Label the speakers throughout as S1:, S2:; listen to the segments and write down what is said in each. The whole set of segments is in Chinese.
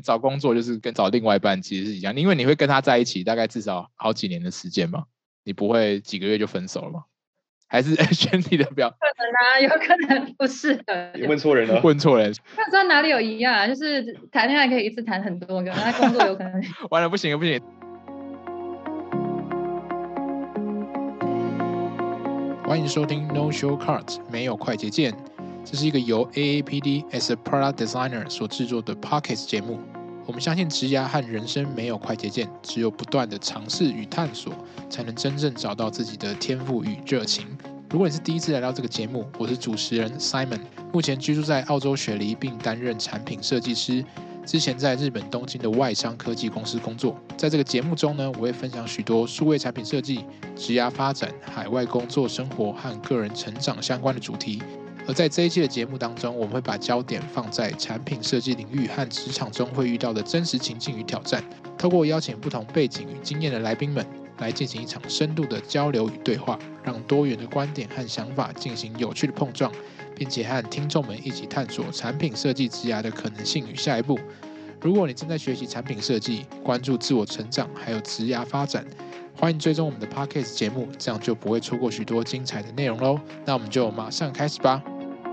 S1: 找工作就是跟找另外一半其实是一样，因为你会跟他在一起大概至少好几年的时间嘛，你不会几个月就分手了吗？还是选你的表？
S2: 可能啊，有可能不适合。
S3: 你问错人了，
S1: 问错人。
S2: 不知道哪里有一样啊，就是谈恋爱可以一次谈很多个，那工作有可能
S1: 完了不行了不行。欢迎收听 No Shortcuts 没有快捷键，这是一个由 AAPD as a Product Designer 所制作的 Podcast 节目。我们相信职涯和人生没有快捷键，只有不断的尝试与探索，才能真正找到自己的天赋与热情。如果你是第一次来到这个节目，我是主持人 Simon， 目前居住在澳洲雪梨，并担任产品设计师。之前在日本东京的外商科技公司工作。在这个节目中呢，我会分享许多数位产品设计、职涯发展、海外工作生活和个人成长相关的主题。而在这一期的节目当中，我们会把焦点放在产品设计领域和职场中会遇到的真实情境与挑战，透过邀请不同背景与经验的来宾们，来进行一场深度的交流与对话，让多元的观点和想法进行有趣的碰撞，并且和听众们一起探索产品设计职涯的可能性与下一步。如果你正在学习产品设计，关注自我成长，还有职涯发展，欢迎追踪我们的 Podcast 节目，这样就不会错过许多精彩的内容咯。那我们就马上开始吧。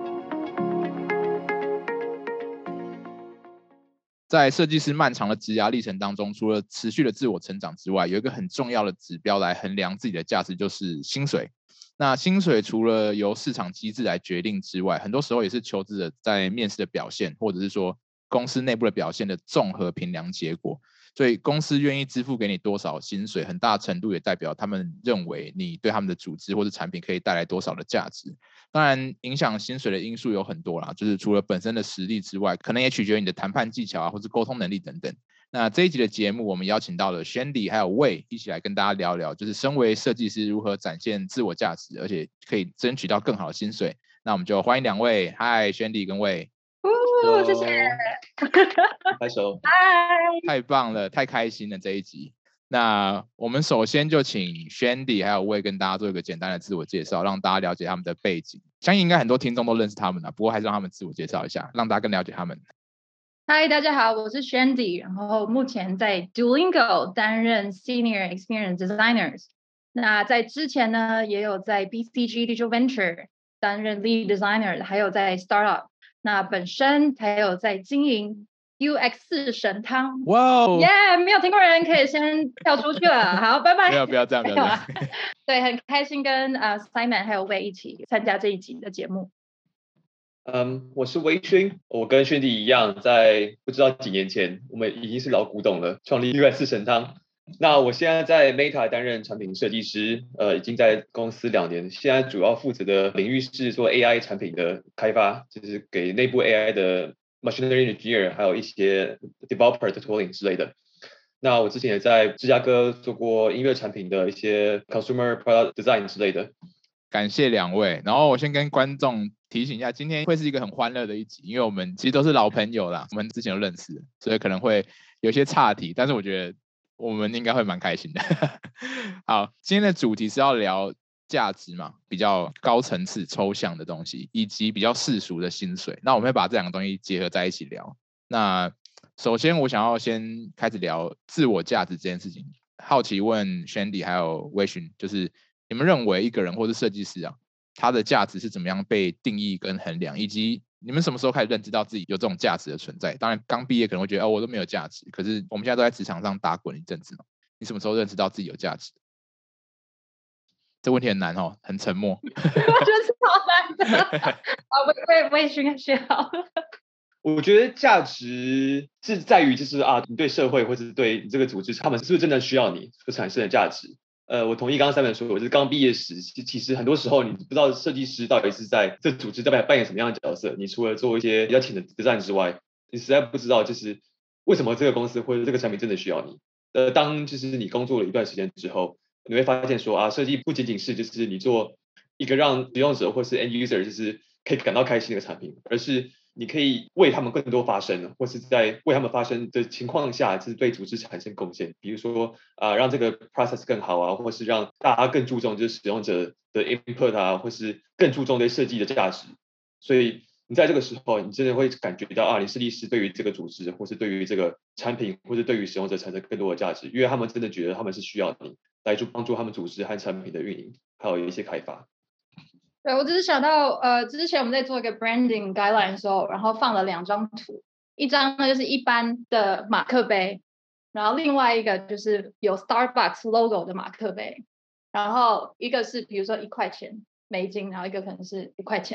S1: 在设计师漫长的职涯历程当中，除了持续的自我成长之外，有一个很重要的指标来衡量自己的价值，就是薪水。那薪水除了由市场机制来决定之外，很多时候也是求职者在面试的表现，或者是说公司内部的表现的综合评量结果。所以公司愿意支付给你多少薪水，很大程度也代表他们认为你对他们的组织或者产品可以带来多少的价值。当然影响薪水的因素有很多啦，就是除了本身的实力之外，可能也取决于你的谈判技巧啊，或是沟通能力等等。那这一集的节目，我们邀请到了 Shandy 还有 Wei 一起来跟大家聊聊，就是身为设计师如何展现自我价值，而且可以争取到更好的薪水。那我们就欢迎两位，嗨 Shandy 跟 Wei。
S2: 谢谢，
S3: 拍手，
S2: 嗨，
S1: 太棒了，太开心了这一集。那我们首先就请 Shandy 还有 Wei 跟大家做一个简单的自我介绍，让大家了解他们的背景。相信应该很多听众都认识他们了，不过还是让他们自我介绍一下，让大家更了解他们。
S2: 嗨，大家好，我是 Shandy， 然后目前在 Duolingo 担任 Senior Experience Designers。那在之前呢，也有在 BCG Digital Venture 担任 Lead Designer， 还有在 Startup。那本身还有在经营 UX 神汤。
S1: 哇哦，
S2: 耶，没有听过人可以先跳出去了。好，拜拜。
S1: 不要这样，不要这样。
S2: 对，很开心跟Simon 还有 Wei 一起参加这一集的节目。
S3: 我是微勋，我跟轩弟一样，在不知道几年前，我们已经是老古董了，创立UX 神汤。那我现在在 Meta 担任产品设计师，已经在公司2年，现在主要负责的领域是做 AI 产品的开发，就是给内部 AI 的 machine learning engineer， 还有一些 developer 的 tooling 之类的。那我之前也在芝加哥做过音乐产品的一些 consumer product design 之类的。
S1: 感谢两位，然后我先跟观众提醒一下，今天会是一个很欢乐的一集，因为我们其实都是老朋友啦，我们之前都认识，所以可能会有些岔题，但是我觉得我们应该会蛮开心的。好，今天的主题是要聊价值嘛，比较高层次抽象的东西，以及比较世俗的薪水。那我们会把这两个东西结合在一起聊。那首先我想要先开始聊自我价值这件事情，好奇问 Shandy 还有微勋，就是你们认为一个人或是设计师啊，他的价值是怎么样被定义跟衡量，以及你们什么时候开始认知到自己有这种价值的存在？当然刚毕业可能会觉得我都没有价值，可是我们现在都在职场上打滚一阵子嘛，你什么时候认识到自己有价值？这问题很难哦，很沉默。
S2: 我觉得超难的。微勋学好。
S3: 我觉得价值是在于就是你对社会或是对你这个组织，他们是不是真的需要你所产生的价值。我同意刚刚Simon说，我是刚毕业时，其实很多时候你不知道设计师到底是在这组织在扮演什么样的角色。你除了做一些比较浅的 design 之外，你实在不知道就是为什么这个公司或者这个产品真的需要你。当就是你工作了一段时间之后，你会发现说设计不仅仅是就是你做一个让使用者或是 end user 就是可以感到开心的产品，而是你可以为他们更多发声，或是在为他们发声的情况下，就是对组织产生贡献。比如说让这个 process 更好啊，或是让大家更注重就是使用者的 input 啊，或是更注重对设计的价值。所以你在这个时候，你真的会感觉到你设计师对于这个组织，或是对于这个产品，或是对于使用者产生更多的价值，因为他们真的觉得他们是需要你来帮助他们组织和产品的运营，还有一些开发。
S2: 对，我只是想到，之前我们在做一个 branding guideline 的时候，然后放了2张图，一张呢就是一般的马克杯，然后另外一个就是有 Starbucks logo 的马克杯，然后一个是比如说$1美金，然后一个可能是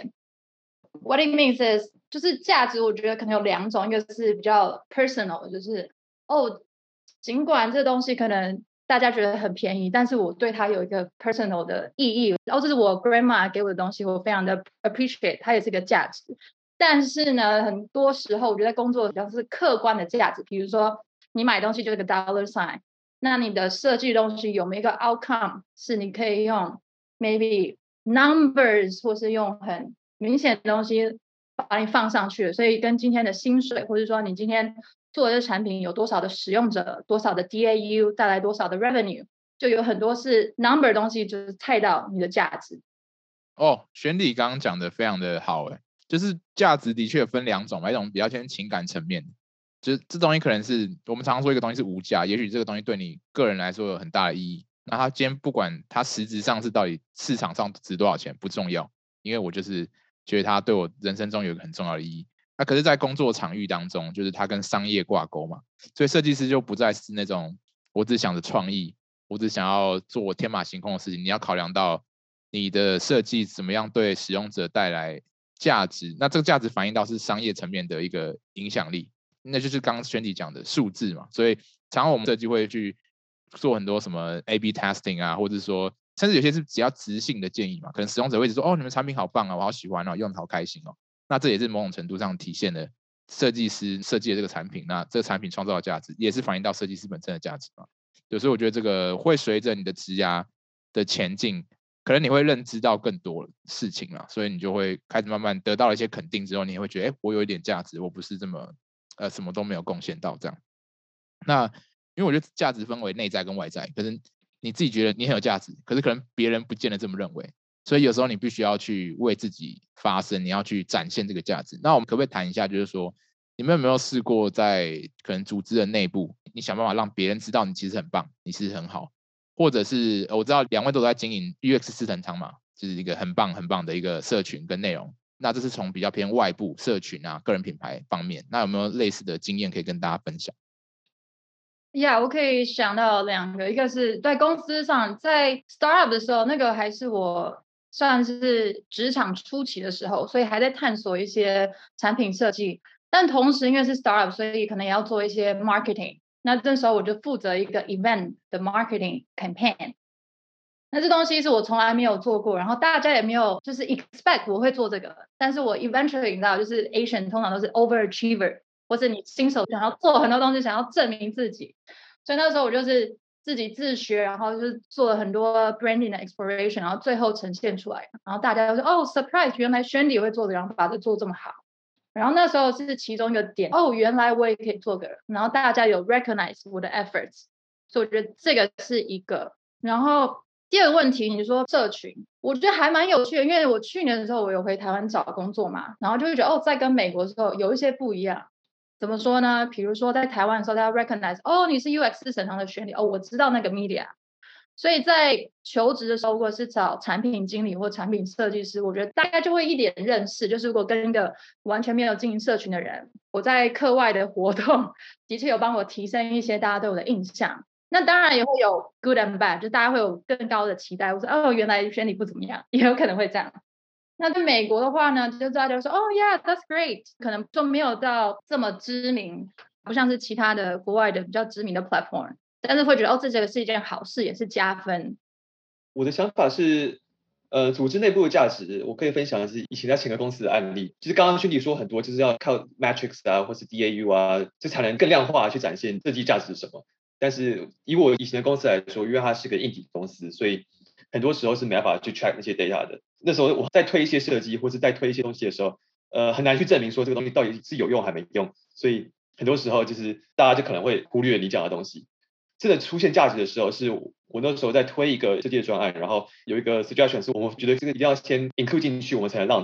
S2: $1。What it means is 就是价值，我觉得可能有2种，一个是比较 personal，就是尽管这东西可能大家觉得很便宜，但是我对它有一个 personal 的意义。这是我 grandma 给我的东西，我非常的 appreciate， 它也是个价值。但是呢，很多时候我觉得工作比较是客观的价值，比如说你买东西就是个 dollar sign， 那你的设计东西有没有一个 outcome 是你可以用 maybe numbers 或是用很明显的东西把你放上去，所以跟今天的薪水，或者说你今天做的这产品有多少的使用者，多少的 DAU， 带来多少的 revenue， 就有很多是 number 的东西，就是猜到你的价值。
S1: 玄理刚刚讲的非常的好，就是价值的确分2种，一种比较偏情感层面，就是这东西可能是我们常常说一个东西是无价，也许这个东西对你个人来说有很大的意义，那它今天不管它实质上是到底市场上值多少钱不重要，因为我就是觉得它对我人生中有一个很重要的意义。那可是在工作场域当中，就是它跟商业挂钩嘛，所以设计师就不再是那种我只想着创意，我只想要做天马行空的事情，你要考量到你的设计怎么样对使用者带来价值，那这个价值反映到是商业层面的一个影响力，那就是刚刚轩迪讲的数字嘛。所以常常我们设计会去做很多什么 A/B testing 啊，或者说甚至有些是只要直性的建议嘛，可能使用者会一直说你们产品好棒啊，我好喜欢用得好开心那这也是某种程度上体现了设计师设计的这个产品，那这个产品创造的价值也是反映到设计师本身的价值嘛。所以我觉得这个会随着你的职涯的前进，可能你会认知到更多事情啦，所以你就会开始慢慢得到一些肯定之后，你也会觉得我有一点价值，我不是这么什么都没有贡献到这样。那因为我觉得价值分为内在跟外在，可是你自己觉得你很有价值，可是可能别人不见得这么认为，所以有时候你必须要去为自己发声，你要去展现这个价值。那我们可不可以谈一下，就是说你们有没有试过在可能组织的内部，你想办法让别人知道你其实很棒，你其实很好，或者是我知道2位都在经营 UX 四层仓嘛，就是一个很棒很棒的一个社群跟内容。那这是从比较偏外部社群啊、个人品牌方面，那有没有类似的经验可以跟大家分享？
S2: 我可以想到2个，一个是在公司上，在 startup 的时候，那个还是我算是职场初期的时候，所以还在探索一些产品设计，但同时因为是 startup， 所以可能也要做一些 marketing。那这时候我就负责一个 event 的 marketing campaign。那这东西是我从来没有做过，然后大家也没有就是 expect 我会做这个，但是我 eventually 你知道，就是 Asian 通常都是 overachiever，或是你新手想要做很多东西，想要证明自己，所以那时候我就是自己自学，然后就是做了很多 branding 的 exploration， 然后最后呈现出来，然后大家都说surprise， 原来 Shandy 会做的，然后把这做这么好，然后那时候是其中一个点，原来我也可以做个，然后大家有 recognize 我的 efforts， 所以我觉得这个是一个。然后第二个问题，你说社群，我觉得还蛮有趣的，因为我去年的时候我有回台湾找工作嘛，然后就会觉得在跟美国的时候有一些不一样。怎么说呢？比如说在台湾的时候，大家 recognize 你是 UX 审查的学历我知道那个 media。所以在求职的时候，如果是找产品经理或产品设计师，我觉得大概就会一点认识。就是如果跟一个完全没有经营社群的人，我在课外的活动的确有帮我提升一些大家对我的印象。那当然也会有 good and bad，就大家会有更高的期待。我说原来选你不怎么样，也有可能会这样。那在美国的话呢，就大家就说yeah that's great， 可能就没有到这么知名，不像是其他的国外的比较知名的 platform。但是会觉得这个是一件好事，也是加分。
S3: 我的想法是，组织内部的价值，我可以分享的是以前在前个公司的案例。就是刚刚轩迪说很多，就是要靠 metrics 啊，或是 DAU 啊，这才能更量化去展现设计价值是什么。但是以我以前的公司来说，因为它是个硬体公司，所以很多时候是没办法去 track 那些 data 的。那时候我在推一些设计，或是在推一些东西的时候，很难去证明说这个东西到底是有用还没用。所以很多时候就是大家就可能会忽略你讲的东西。真的出现价值的时候，是我那时候在推一个设计的专案，然后有一个 suggestion 是我们觉得这个一定要先 include 进去，我们才能 launch。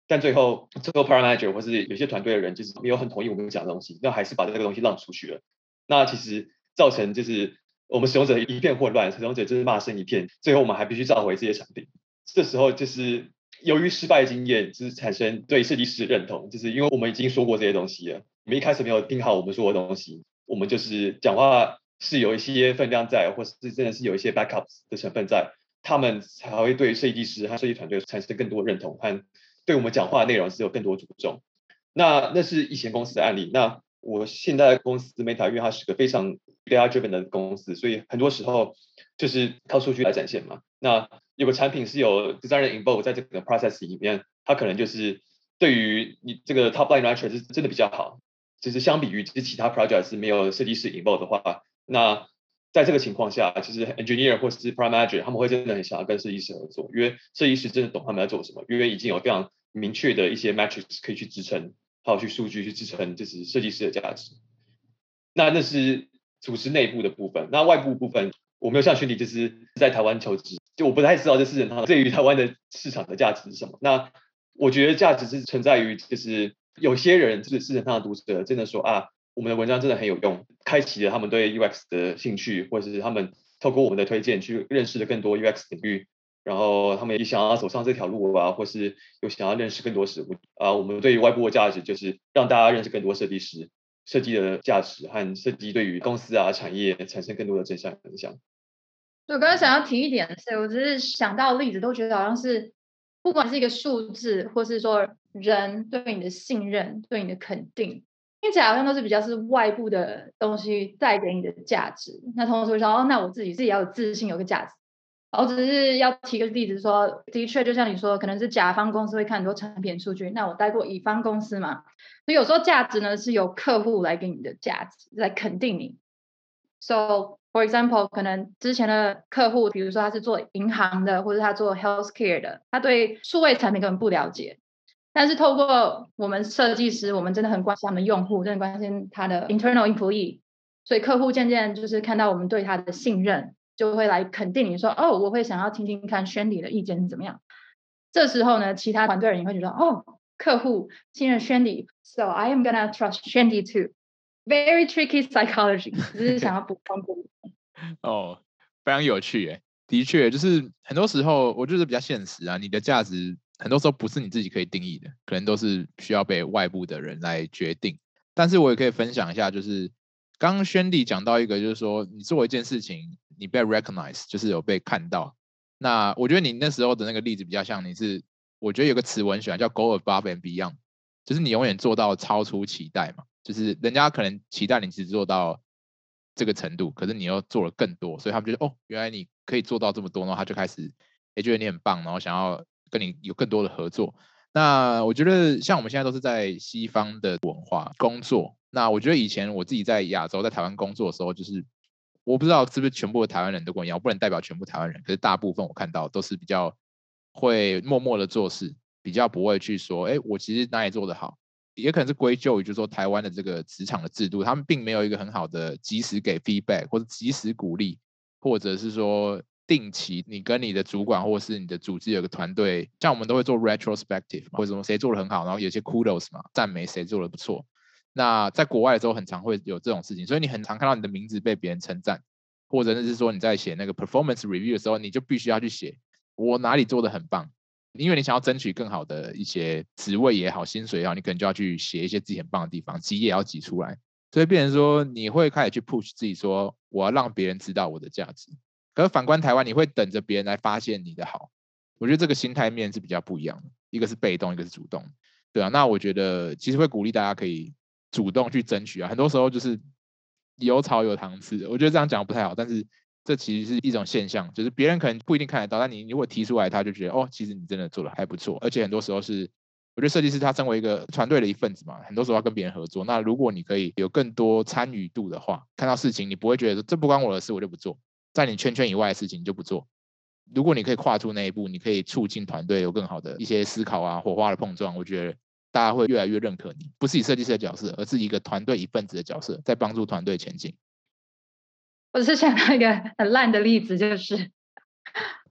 S3: 但最后 Product Manager 或是有些团队的人就是没有很同意我们讲的东西，那还是把这个东西让出去了。那其实造成就是我们使用者一片混乱，使用者就是骂声一片，最后我们还必须召回这些产品。这时候就是由于失败经验，就是产生对设计师的认同，就是因为我们已经说过这些东西了，我们一开始没有盯好我们说的东西，我们就是讲话是有一些分量在，或是真的是有一些 backups 的成分在，他们才会对设计师和设计团队产生更多的认同，和对我们讲话的内容是有更多注重。那是以前公司的案例。那我现在的公司 Meta， 因为它是个非常 data driven 的公司，所以很多时候就是靠数据来展现嘛。那有个产品是有 designer involved 在这个 process 里面，它可能就是对于你这个 top line metric 是真的比较好。就是相比于其他 project 是没有设计师 involved 的话，那在这个情况下，其实 engineer 或是 product manager 他们会真的很想要跟设计师合作，因为设计师真的懂他们在做什么，因为已经有非常明确的一些 metrics 可以去支撑，还有去数据去支撑就是设计师的价值。那是组织内部的部分。那外部部分，我没有像学弟就是在台湾求职，就我不太知道这市场对于台湾的市场的价值是什么。那我觉得价值是存在于就是有些人就是市场上的读者真的说啊，我们的文章真的很有用，开启了他们对 UX 的兴趣，或者是他们透过我们的推荐去认识了更多 UX 领域，然后他们也想要走上这条路啊，或是有想要认识更多事物啊。我们对于外部的价值就是让大家认识更多设计师，设计的价值和设计对于公司啊产业产生更多的正向影响。
S2: 我刚刚想要提一点的是，我只是想到例子都觉得好像是，不管是一个数字，或是说人对你的信任、对你的肯定，听起来好像都是比较是外部的东西带给你的价值。那同时会说，哦，那我自己要有自信，有个价值。我只是要提个例子说，的确就像你说，可能是甲方公司会看很多产品数据，那我待过乙方公司嘛，所以有时候价值呢是由客户来给你的价值，来肯定你。So for example， 可能之前的客户，比如说他是做银行的，或者他做 healthcare 的，他对数位产品根本不了解，但是透过我们设计师，我们真的很关心他们用户，真的关心他的 internal employee， 所以客户渐渐就是看到我们对他的信任，就会来肯定你说，哦，我会想要听听看 Shandy 的意见是怎么样。这时候呢，其他团队人也会觉得，哦，客户信任 Shandy，so I am gonna trust Shandy too。Very tricky psychology， 只是想要补充这个。
S1: 哦，非常有趣耶。的确，就是很多时候我觉得比较现实啊，你的价值很多时候不是你自己可以定义的，可能都是需要被外部的人来决定。但是我也可以分享一下，就是刚刚Shandy讲到一个，就是说你做一件事情，你被 recognize， 就是有被看到。那我觉得你那时候的那个例子比较像你是，我觉得有个词我很喜欢叫 go above and beyond， 就是你永远做到超出期待嘛。就是人家可能期待你只做到这个程度，可是你又做了更多，所以他们觉得哦，原来你可以做到这么多，然后他就开始觉得你很棒，然后想要跟你有更多的合作。那我觉得像我们现在都是在西方的文化工作，那我觉得以前我自己在亚洲在台湾工作的时候，就是我不知道是不是全部的台湾人都跟我一样，我不能代表全部台湾人，可是大部分我看到都是比较会默默的做事，比较不会去说，我其实哪里做得好。也可能是归咎于就是说台湾的这个职场的制度，他们并没有一个很好的及时给 feedback 或者及时鼓励，或者是说定期你跟你的主管或是你的组织有个团队，像我们都会做 retrospective 或者说谁做得很好，然后有些 kudos 嘛，赞美谁做得不错。那在国外的时候很常会有这种事情，所以你很常看到你的名字被别人称赞，或者是说你在写那个 performance review 的时候，你就必须要去写我哪里做得很棒。因为你想要争取更好的一些职位也好，薪水也好，你可能就要去写一些自己很棒的地方，挤也要挤出来，所以变成说你会开始去 push 自己说我要让别人知道我的价值。可是反观台湾，你会等着别人来发现你的好，我觉得这个心态面是比较不一样的，一个是被动，一个是主动，对啊。那我觉得其实会鼓励大家可以主动去争取啊，很多时候就是有草有糖吃，我觉得这样讲不太好，但是这其实是一种现象，就是别人可能不一定看得到，但你如果提出来，他就觉得哦，其实你真的做得还不错。而且很多时候是，我觉得设计师他身为一个团队的一份子嘛，很多时候要跟别人合作。那如果你可以有更多参与度的话，看到事情你不会觉得说这不关我的事，我就不做，在你圈圈以外的事情你就不做。如果你可以跨出那一步，你可以促进团队有更好的一些思考啊、火花的碰撞，我觉得大家会越来越认可你，不是以设计师的角色，而是一个团队一份子的角色，在帮助团队前进。
S2: 我只是想到一个很烂的例子，就是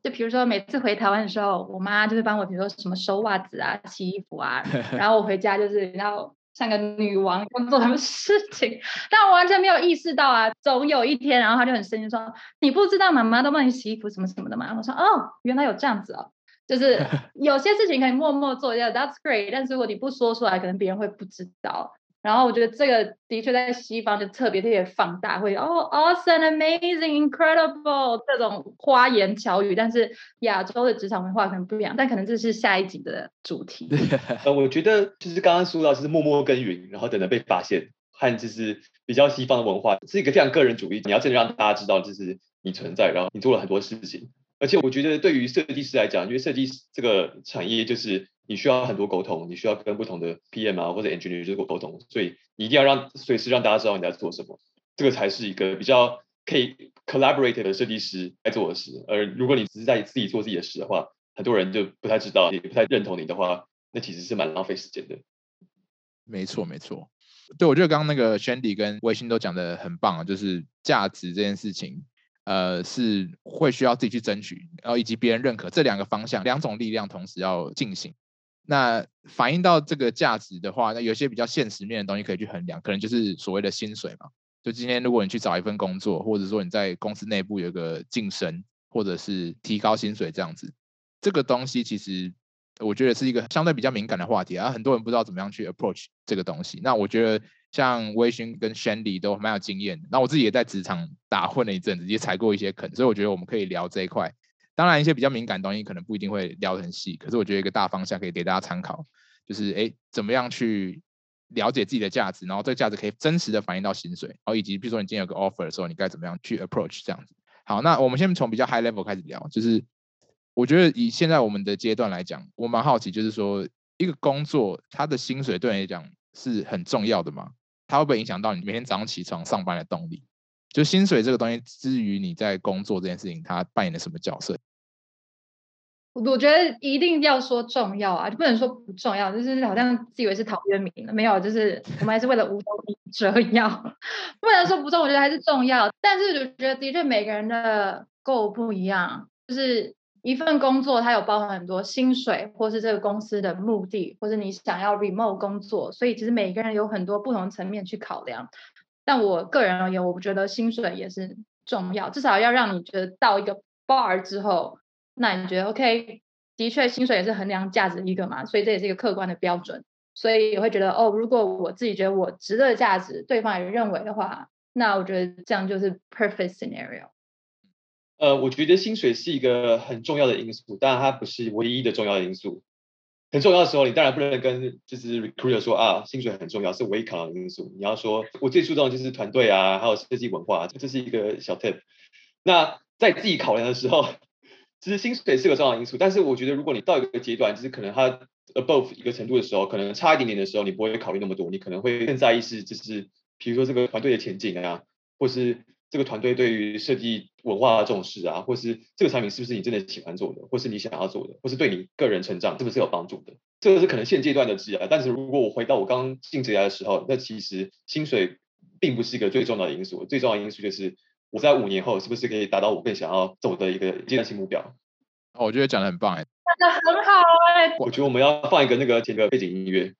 S2: 就比如说每次回台湾的时候，我妈就会帮我，比如说什么收袜子啊、洗衣服啊，然后我回家就是然后像个女王要做什么事情，但我完全没有意识到啊。总有一天，然后她就很生气说：“你不知道妈妈都帮你洗衣服什么什么的吗？”我说：“哦，原来有这样子哦。”就是有些事情可以默默做掉，That's great。但是如果你不说出来，可能别人会不知道。然后我觉得这个的确在西方就特别放大，会awesome, amazing, incredible 这种花言巧语，但是亚洲的职场文化可能不一样，但可能这是下一集的主题。
S3: 我觉得就是刚刚说到，就是默默耕耘，然后等着被发现，和就是比较西方的文化是一个非常个人主义，你要真的让大家知道就是你存在，然后你做了很多事情。而且我觉得对于设计师来讲，因为设计这个产业就是你需要很多沟通，你需要跟不同的 PM 啊或者 engineer 做沟通，所以你一定要随时让大家知道你在做什么，这个才是一个比较可以 collaborate 的设计师在做的事。而如果你只是在自己做自己的事的话，很多人就不太知道，也不太认同你的话，那其实是蛮浪费时间的。
S1: 没错，没错。对，我觉得刚刚那个 Shandy 跟微星都讲的很棒，就是价值这件事情，是会需要自己去争取，然后以及别人认可这两个方向，两种力量同时要进行。那反映到这个价值的话，那有些比较现实面的东西可以去衡量，可能就是所谓的薪水嘛。就今天如果你去找一份工作，或者说你在公司内部有一个晋升，或者是提高薪水这样子，这个东西其实我觉得是一个相对比较敏感的话题啊，很多人不知道怎么样去 approach 这个东西。那我觉得像微醺跟 Shandy 都蛮有经验的，那我自己也在职场打混了一阵子，也踩过一些坑，所以我觉得我们可以聊这一块。当然一些比较敏感的东西可能不一定会聊得很细，可是我觉得一个大方向可以给大家参考，就是怎么样去了解自己的价值，然后这个价值可以真实的反映到薪水，然后以及比如说你今天有个 offer 的时候，你该怎么样去 approach 这样子。好，那我们先从比较 high level 开始聊，就是我觉得以现在我们的阶段来讲，我蛮好奇，就是说一个工作它的薪水对你来讲是很重要的吗？它会不会影响到你每天早上起床上班的动力？就薪水这个东西，至于你在工作这件事情，它扮演了什么角色？
S2: 我觉得一定要说重要啊，就不能说不重要，就是好像自以为是陶渊明的，没有，就是我们还是为了五斗米折腰，不能说不重，我觉得还是重要。但是我觉得的确每个人的 goal 不一样，就是一份工作它有包含很多薪水，或是这个公司的目的，或是你想要 remote 工作，所以其实每个人有很多不同层面去考量。但我个人而言，我觉得薪水也是重要，至少要让你觉得到一个 bar 之后。那你觉得 OK？ 的确，薪水也是衡量价值的一个嘛，所以这也是一个客观的标准。所以也会觉得如果我自己觉得我值得价值，对方也认为的话，那我觉得这样就是 perfect scenario。
S3: 我觉得薪水是一个很重要的因素，当然它不是唯一的重要的因素。很重要的时候，你当然不能跟就是 recruiter 说啊，薪水很重要，是唯一考量的因素。你要说，我最注重的就是团队啊，还有设计文化，这是一个小 tip。那在自己考量的时候，其实薪水是个重要因素，但是我觉得如果你到一个阶段，就是可能它 above 一个程度的时候，可能差一点点的时候，你不会考虑那么多，你可能会更在意是就是比如说这个团队的前景啊，或是这个团队对于设计文化的重视啊，或是这个产品是不是你真的喜欢做的，或是你想要做的，或是对你个人成长是不是有帮助的，这个是可能现阶段的职涯。但是如果我回到我刚进职涯的时候，那其实薪水并不是一个最重要的因素，最重要的因素就是我在5年后是不是可以达到我更想要走的一个阶段性目标。
S1: 我觉得讲得很棒
S2: 讲得很好
S3: 我觉得我们要放一个那个前个背景音乐。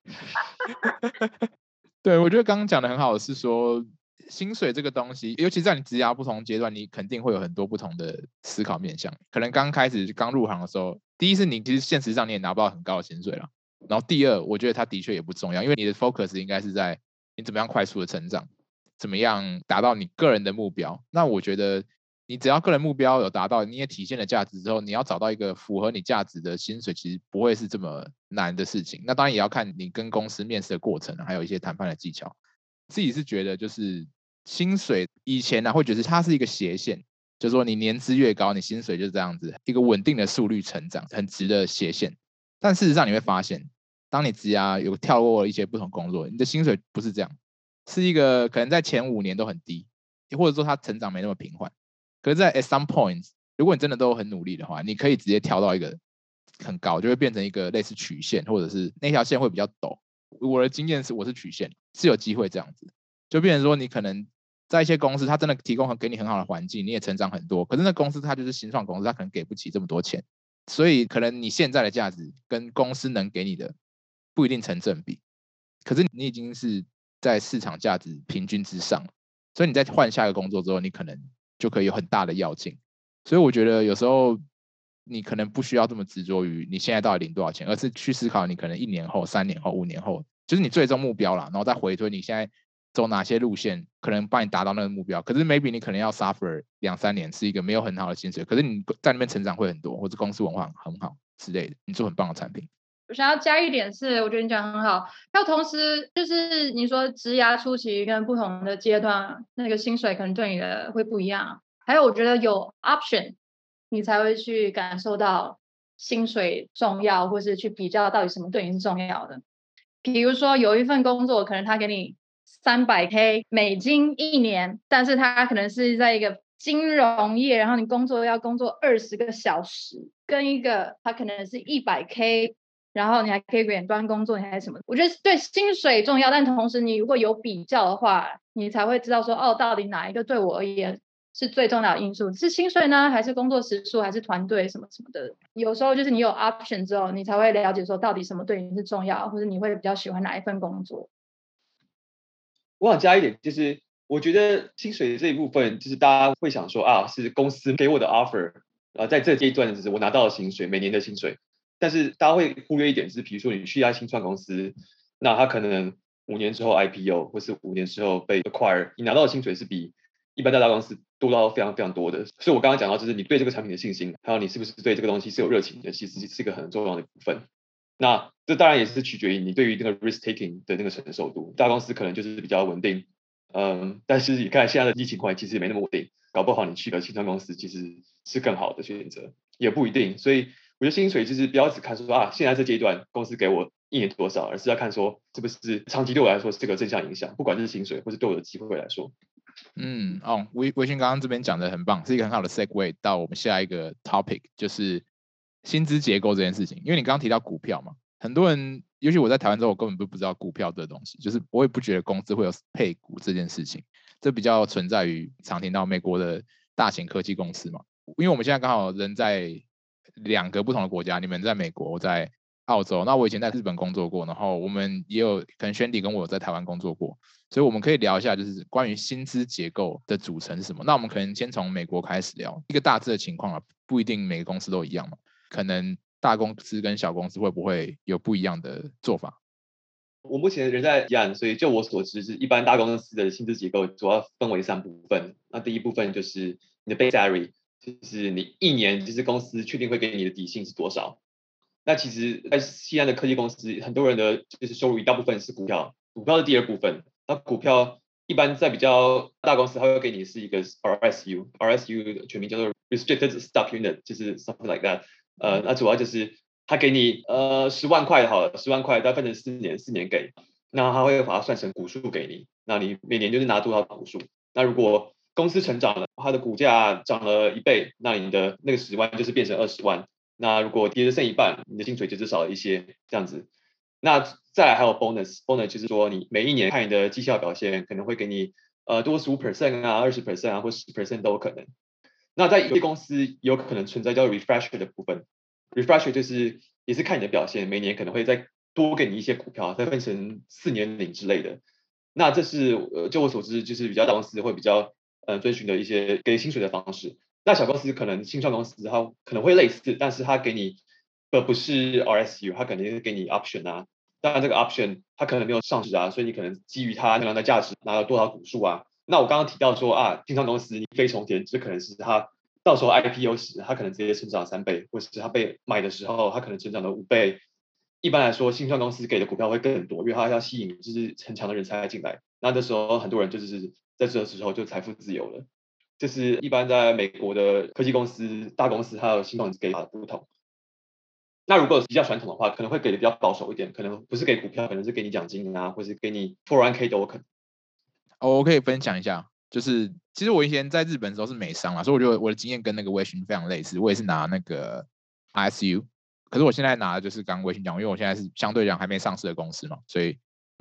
S1: 对，我觉得刚刚讲的很好，是说薪水这个东西，尤其在你职涯不同阶段，你肯定会有很多不同的思考面向。可能刚开始刚入行的时候，第一是你其实现实上你也拿不到很高的薪水了，然后第二，我觉得它的确也不重要，因为你的 focus 应该是在你怎么样快速的成长，怎么样达到你个人的目标。那我觉得你只要个人目标有达到，你也体现了价值之后，你要找到一个符合你价值的薪水，其实不会是这么难的事情。那当然也要看你跟公司面试的过程，还有一些谈判的技巧。自己是觉得就是薪水以前会觉得它是一个斜线，就是说你年资越高，你薪水就是这样子一个稳定的速率成长，很直的斜线。但事实上你会发现，当你职涯有跳过一些不同工作，你的薪水不是这样，是一个可能在前5年都很低，或者说它成长没那么平缓。可是在 at some point， 如果你真的都很努力的话，你可以直接跳到一个很高，就会变成一个类似曲线，或者是那条线会比较陡。我的经验是，我是曲线，是有机会这样子，就变成说你可能在一些公司，它真的提供给你很好的环境，你也成长很多。可是那公司它就是新创公司，它可能给不起这么多钱，所以可能你现在的价值跟公司能给你的不一定成正比。可是你已经是在市场价值平均之上，所以你在换下一个工作之后，你可能就可以有很大的跃进。所以我觉得有时候你可能不需要这么执着于你现在到底领多少钱，而是去思考你可能1年后、3年后、5年后，就是你最终目标啦，然后再回推你现在走哪些路线可能帮你达到那个目标。可是 maybe 你可能要 suffer 2-3年，是一个没有很好的薪水，可是你在那边成长会很多，或者公司文化很好之类的，你做很棒的产品。
S2: 我想要加一点是，我觉得你讲得很好。要同时就是你说职涯初期跟不同的阶段，那个薪水可能对你的会不一样。还有我觉得有 option，你才会去感受到薪水重要，或是去比较到底什么对你是重要的。比如说有一份工作，可能他给你300K 美金1年，但是他可能是在一个金融业，然后你要工作20个小时，跟一个他可能是100K。然后你还可以远端工作，你还是什么？我觉得对薪水重要，但同时你如果有比较的话，你才会知道说，哦，到底哪一个对我而言是最重要的因素？是薪水呢，还是工作时数，还是团队什么什么的？有时候就是你有 option 之后，你才会了解说，到底什么对你是重要，或者你会比较喜欢哪一份工作。
S3: 我想加一点，就是我觉得薪水这一部分，就是大家会想说啊，是公司给我的 offer，在这阶段就是我拿到的薪水，每年的薪水。但是大家会忽略一点是，比如说你去一家新创公司，那他可能5年之后 IPO， 或是5年之后被 acquire， 你拿到的薪水是比一般大公司多到非常非常多的。所以我刚刚讲到，就是你对这个产品的信心，还有你是不是对这个东西是有热情的，其实是一个很重要的部分。那这当然也是取决于你对于那个 risk taking 的那个承受度。大公司可能就是比较稳定，但是你看现在的疫情况其实也没那么稳定，搞不好你去个新创公司其实是更好的选择，也不一定。所以我觉得薪水就是不要只看说现在这阶段公司给我1年多少，而是要看说是不是长期对我来说是个正向影响，不管是薪水或是对我的机会来说。
S1: 微醺刚刚这边讲的很棒，是一个很好的 segue 到我们下一个 topic， 就是薪资结构这件事情。因为你刚刚提到股票嘛，很多人，尤其我在台湾之后，我根本不知道股票这东西，就是我也不觉得公司会有配股这件事情，这比较存在于常听到美国的大型科技公司嘛。因为我们现在刚好人在2个不同的国家，你们在美国，我在澳洲，那我以前在日本工作过，然后我们也有可能Shandy跟我有在台湾工作过，所以我们可以聊一下，就是关于薪资结构的组成是什么。那我们可能先从美国开始聊一个大致的情况，不一定每个公司都一样嘛，可能大公司跟小公司会不会有不一样的做法？
S3: 我目前人在西岸，所以就我所知，是一般大公司的薪资结构主要分为3部分。那第一部分就是你的 base salary， 就是你1年就是公司确定会给你的底薪是多少。那其实，在西岸的科技公司，很多人的就是收入一大部分是股票，股票是第2部分。那股票一般在比较大公司，它会给你是一个 RSU 的全名叫做 Restricted Stock Unit， 就是 something like that。那主要就是他给你10万块好了，10万块，它分成4年，4年给，那他会把它算成股数给你，那你每年就是拿多少股数。那如果公司成长了，它的股价涨了1倍，那你的那个10万就是变成20万。那如果跌的剩一半，你的薪水就是少了一些这样子。那再来还有 bonus 就是说你每一年看你的绩效表现，可能会给你多15% 啊、20% 啊，或10% 都有可能。那在有些公司有可能存在叫 refresher 的部分 ，refresher 就是也是看你的表现，每年可能会再多给你一些股票，再分成4年领之类的。那这是就我所知，就是比较大公司会比较遵循的一些给薪水的方式。那小公司可能新创公司它可能会类似，但是它给你不是 RSU， 它肯定是给你 option 啊。当然这个 option 它可能没有上市啊，所以你可能基于它那样的价值拿了多少股数啊。那我刚刚提到说新创公司你非重叠，这可能是它到时候 IPO 时它可能直接成长3倍，或是它被买的时候它可能成长了5倍。一般来说，新创公司给的股票会更多，因为它要吸引就是很强的人才进来。那这时候很多人就是在这时候就财富自由了。这是一般在美国的科技公司、大公司还有新创公司给法的不同。那如果比较传统的话，可能会给的比较保守一点，可能不是给股票，可能是给你奖金啊，或是给你 401k 都有可能。
S1: 我可以分享一下，就是其实我以前在日本的时候是美商啦，所以我觉得我的经验跟那个微醺非常类似，我也是拿那个 RSU， 可是我现在拿的就是刚刚微醺讲，因为我现在是相对讲还没上市的公司嘛，所以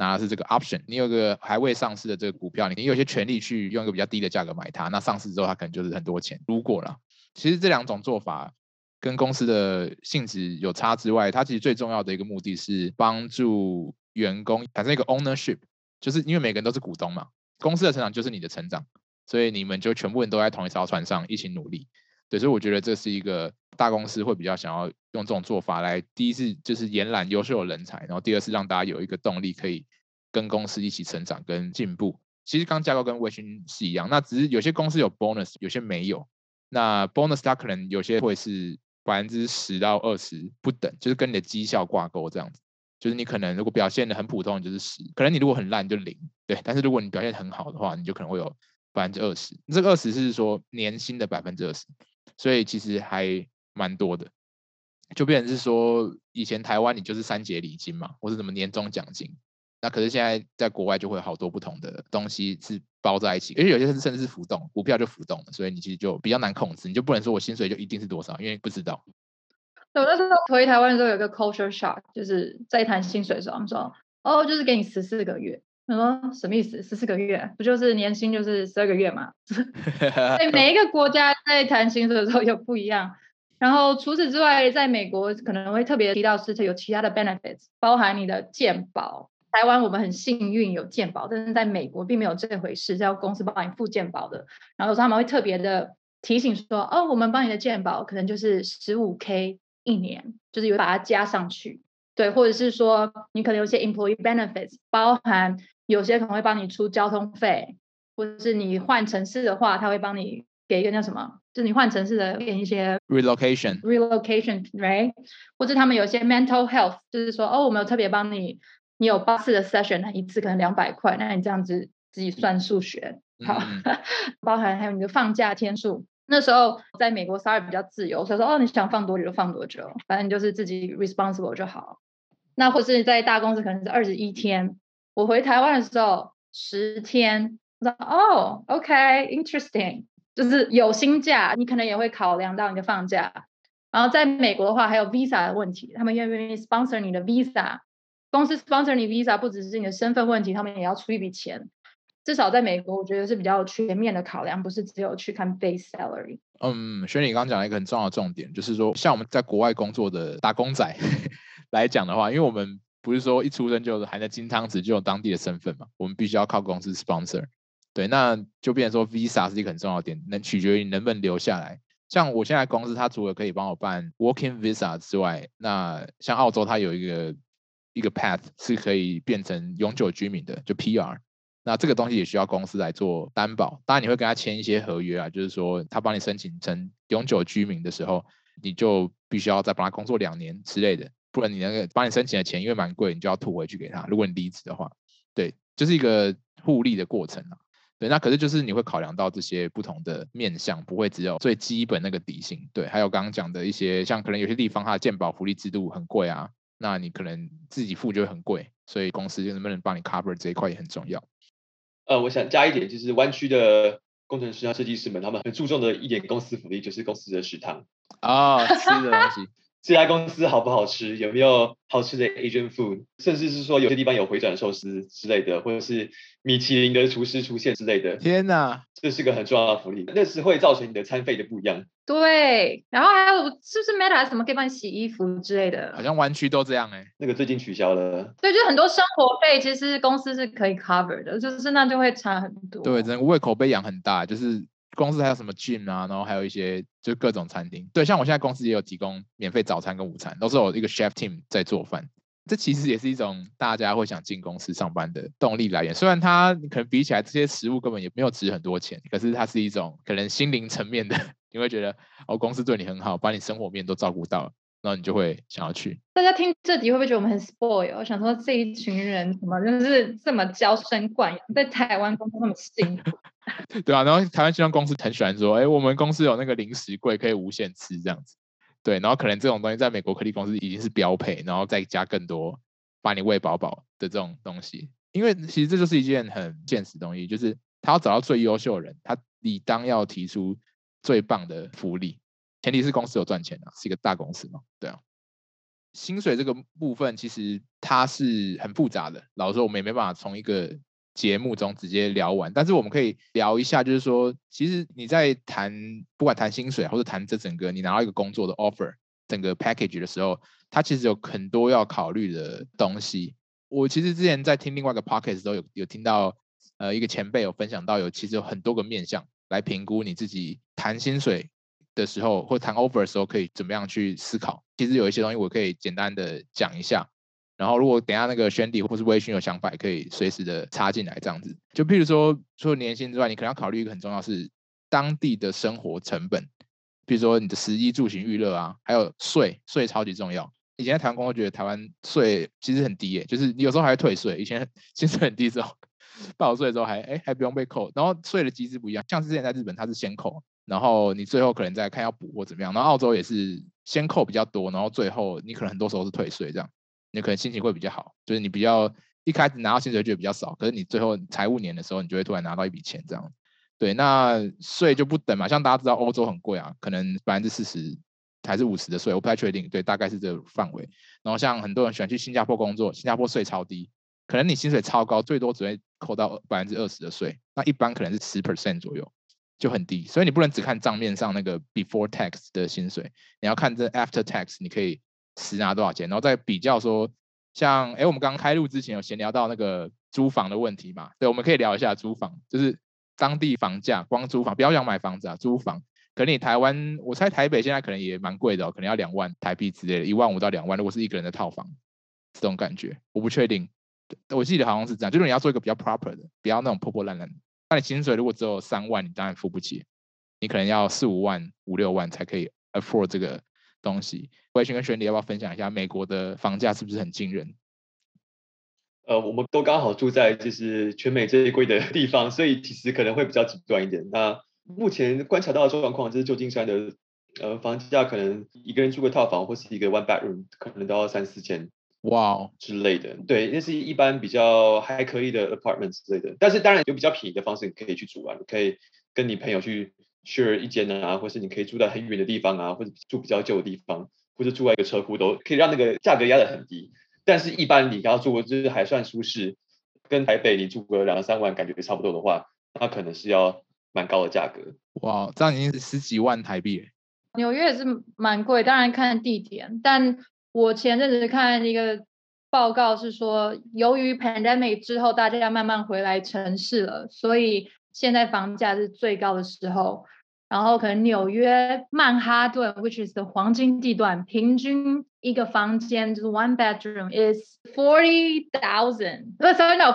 S1: 拿的是这个 option， 你有个还未上市的这个股票，你有些权利去用一个比较低的价格买它，那上市之后它可能就是很多钱。如果啦，其实这两种做法跟公司的性质有差之外，它其实最重要的一个目的是帮助员工产生一个 ownership， 就是因为每个人都是股东嘛，公司的成长就是你的成长，所以你们就全部人都在同一艘船上一起努力。对，所以我觉得这是一个大公司会比较想要用这种做法来，第一是就是延揽优秀的人才，然后第二是让大家有一个动力可以跟公司一起成长跟进步。其实刚架构跟微醺是一样，那只是有些公司有 bonus， 有些没有。那 bonus 它可能有些会是10%到20%不等，就是跟你的绩效挂钩这样子。就是你可能如果表现的很普通，你就是10，可能你如果很烂就0，对。但是如果你表现很好的话，你就可能会有20%。这个20是说年薪的20%，所以其实还蛮多的。就变成是说，以前台湾你就是3节礼金嘛，或是什么年终奖金。那可是现在在国外就会有好多不同的东西是包在一起，而且有些甚至是浮动，股票就浮动了，所以你其实就比较难控制，你就不能说我薪水就一定是多少，因为不知道。
S2: 对，我那时候回台湾的时候有一个 culture shock，就是在谈薪水的时候，他们说哦，就是给你14个月。我说什么意思？14个月不就是年薪就是12个月嘛？对，每一个国家在谈薪水的时候有不一样。然后除此之外，在美国可能会特别提到是有其他的 benefits， 包含你的健保。台湾我们很幸运有健保，但是在美国并没有这回事，是要公司帮你付健保的。然后有时候他们会特别的提醒说，哦，我们帮你的健保可能就是15K 一年，就是有把它加上去。对，或者是说你可能有些 employee benefits， 包含有些可能会帮你出交通费，或者是你换城市的话，他会帮你给一个叫什么，就是你换城市的给一些
S1: relocation，
S2: right？ 或者他们有些 mental health， 就是说哦，我们有特别帮你，你有8次的 session， 那一次可能200块，那你这样子自己算数学好，包含还有你的放假天数。那时候在美国 SAR 比较自由，所以说哦，你想放多久就放多久，反正就是自己 responsible 就好。那或是在大公司可能是21天，我回台湾的时候10天，我说哦 OK interesting， 就是有薪假，你可能也会考量到你的放假。然后在美国的话还有 visa 的问题，他们愿不愿意 sponsor 你的 visa， 公司 sponsor 你 visa 不只是你的身份问题，他们也要出一笔钱。至少在美国我觉得是比较全面的考量，不是只有去看 base salary。
S1: 轩你刚刚讲了一个很重要的重点，就是说像我们在国外工作的打工仔来讲的话，因为我们不是说一出生就含着金汤匙就有当地的身份嘛，我们必须要靠公司 sponsor。对，那就变成说 visa 是一个很重要的点，能取决于你能不能留下来。像我现在公司，它除了可以帮我办 working visa 之外，那像澳洲它有一个 path 是可以变成永久居民的，就 PR。那这个东西也需要公司来做担保，当然你会跟他签一些合约啊，就是说他帮你申请成永久居民的时候，你就必须要再帮他工作2年之类的，不然你那个帮你申请的钱因为蛮贵，你就要吐回去给他。如果你离职的话，对，就是一个互利的过程啊。对，那可是就是你会考量到这些不同的面向，不会只有最基本那个底薪。对，还有刚刚讲的一些，像可能有些地方它的健保福利制度很贵啊，那你可能自己付就会很贵，所以公司能不能帮你 cover 这一块也很重要。
S3: 我想加一点，就是湾区的工程师和设计师们，他们很注重的一点公司福利，就是公司的食堂
S1: 吃的东西。
S3: 这家公司好不好吃，有没有好吃的 Asian food， 甚至是说有些地方有回转寿司之类的，或者是米其林的厨师出现之类的。
S1: 天哪，
S3: 这是个很重要的福利，那是会造成你的餐费的不一样。
S2: 对，然后还有是不是 Meta 还是什么可以帮你洗衣服之类的？
S1: 好像湾区都这样
S3: 那个最近取消了。
S2: 对，就很多生活费其实公司是可以 cover 的，就是那就会差很多。
S1: 对，整个胃口被养很大，就是公司还有什么 gym 啊，然后还有一些就各种餐厅。对，像我现在公司也有提供免费早餐跟午餐，都是有一个 chef team 在做饭。这其实也是一种大家会想进公司上班的动力来源。虽然它可能比起来这些食物根本也没有值很多钱，可是它是一种可能心灵层面的，你会觉得哦，公司对你很好，把你生活面都照顾到了，然后你就会想要去。
S2: 大家听这集会不会觉得我们很 spoil？ 我想说这一群人怎么就是这么娇生惯养，在台湾工作那么辛苦。
S1: 对啊，然后台湾新创公司很喜欢说，我们公司有那个零食柜可以无限吃这样子。对，然后可能这种东西在美国科技公司已经是标配，然后再加更多把你喂饱饱的这种东西。因为其实这就是一件很现实的东西，就是他要找到最优秀的人，他理当要提出最棒的福利，前提是公司有赚钱啊，是一个大公司嘛，对啊。 薪水这个部分其实它是很复杂的，老实说我们也没办法从一个节目中直接聊完，但是我们可以聊一下，就是说其实你在不管谈薪水或者谈这整个你拿到一个工作的 offer 整个 package 的时候，它其实有很多要考虑的东西。我其实之前在听另外一个 podcast 的时候有听到一个前辈有分享到其实有很多个面向来评估你自己谈薪水的时候或谈 offer 的时候可以怎么样去思考。其实有一些东西我可以简单的讲一下，然后如果等一下那个Shandy或是微醺有想法，也可以随时的插进来这样子。就譬如说除了年薪之外，你可能要考虑一个很重要是当地的生活成本，比如说你的食衣住行娱乐啊，还有税超级重要。以前在台湾工作觉得台湾税其实很低耶，就是你有时候还会退税，以前薪水很低之后报税之后还不用被扣，然后税的机制不一样，像是之前在日本它是先扣，然后你最后可能再看要补或怎么样，然后澳洲也是先扣比较多，然后最后你可能很多时候是退税这样，你可能心情会比较好，就是你比较一开始拿到薪水觉得比较少，可是你最后财务年的时候你就会突然拿到一笔钱这样。对，那税就不等嘛，像大家知道欧洲很贵啊，可能40%还是50%的税，我不太确定，对，大概是这个范围。然后像很多人喜欢去新加坡工作，新加坡税超低，可能你薪水超高，最多只会扣到20%的税，那一般可能是10% 左右，就很低。所以你不能只看账面上那个 before tax 的薪水，你要看这 after tax 你可以实拿多少钱，然后再比较说，像我们刚刚开录之前有闲聊到那个租房的问题嘛，对，我们可以聊一下租房，就是当地房价，光租房，不要想买房子啊，租房。可能你台湾，我猜台北现在可能也蛮贵的可能要2万台币之类的，15000到2万，如果是一个人的套房，这种感觉，我不确定。我记得好像是这样，就是你要做一个比较 proper 的，不要那种破破烂烂的。那你薪水如果只有3万，你当然付不起，你可能要4、5万、5、6万才可以 afford 这个东西。微醺跟Shandy要不要分享一下美国的房价是不是很惊人？
S3: 我们都刚好住在就是全美最贵的地方，所以其实可能会比较极端一点。那目前观察到的状况就是旧金山的房价可能一个人住个套房或是一个 one bedroom 可能都要3、4千
S1: 哇
S3: 之类的。对，那是一般比较还可以的 apartment 之类的。但是当然有比较便宜的方式你可以去住啊，你可以跟你朋友去 share 一间啊，或是你可以住在很远的地方啊，或者住比较旧的地方，或者住在一个车库，都可以让那个价格压得很低。但是，一般你要住就是还算舒适，跟台北你住个2、3万感觉差不多的话，那可能是要蛮高的价格。
S1: 哇，这样已经是10几万台币了。
S2: 纽约也是蛮贵，当然看地点。但我前阵子看一个报告是说，由于 pandemic 之后大家慢慢回来城市了，所以现在房价是最高的时候。然后可能纽约曼哈顿 ，which is the 黄金地段，平均一个房间就是 one bedroom is 40,000，sorry no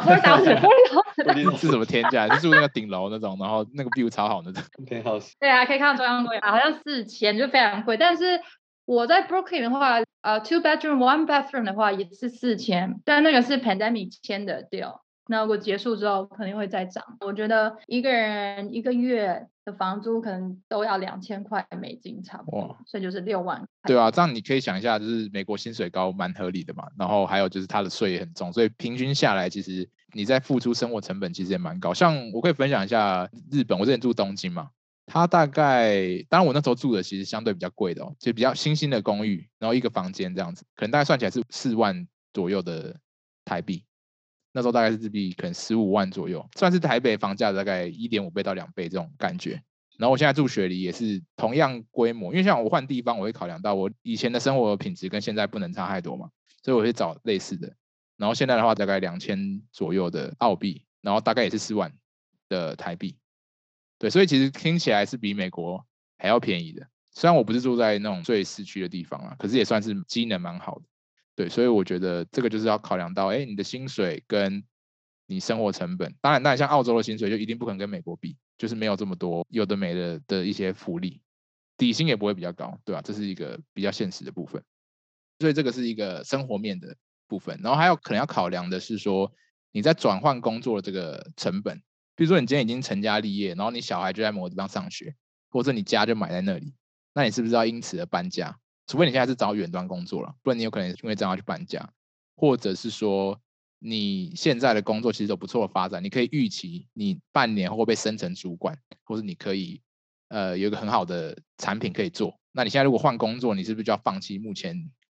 S2: 40,000
S1: 是什么天价？是住那个顶楼那种，然后那个 view 超好那种。
S3: Penthouse
S2: 对啊，可以看到中央公园，好像4000就非常贵。但是我在 Brooklyn 的话，2 bedroom one bathroom 的话也是4000，但那个是 pandemic 签的 deal。那如果结束之后肯定会再涨。我觉得一个人一个月的房租可能都要$2000差不多，所以就是6万。
S1: 对啊，这样你可以想一下，就是美国薪水高蛮合理的嘛，然后还有就是它的税也很重，所以平均下来，其实你在付出生活成本其实也蛮高。像我可以分享一下日本，我之前住东京嘛，它大概，当然我那时候住的其实相对比较贵的就比较新兴的公寓，然后一个房间这样子，可能大概算起来是4万左右的台币。那时候大概是日币可能15万左右，算是台北房价大概1.5倍到2倍这种感觉。然后我现在住雪梨也是同样规模，因为像我换地方，我会考量到我以前的生活品质跟现在不能差太多嘛，所以我会找类似的。然后现在的话大概2000左右的澳币，然后大概也是4万的台币。对，所以其实听起来是比美国还要便宜的。虽然我不是住在那种最市区的地方啊，可是也算是机能蛮好的。对，所以我觉得这个就是要考量到，你的薪水跟你生活成本。当然像澳洲的薪水就一定不可能跟美国比，就是没有这么多有的没的一些福利，底薪也不会比较高，对吧？这是一个比较现实的部分。所以这个是一个生活面的部分，然后还有可能要考量的是说，你在转换工作的这个成本。比如说你今天已经成家立业，然后你小孩就在某个地方上学，或者你家就买在那里，那你是不是要因此而搬家？除非你现在是找远端工作了，不然你有可能因为这样要去搬家，或者是说你现在的工作其实有不错的发展，你可以预期你半年后会被升成主管，或者你可以有一个很好的产品可以做。那你现在如果换工作，你是不是就要放弃目前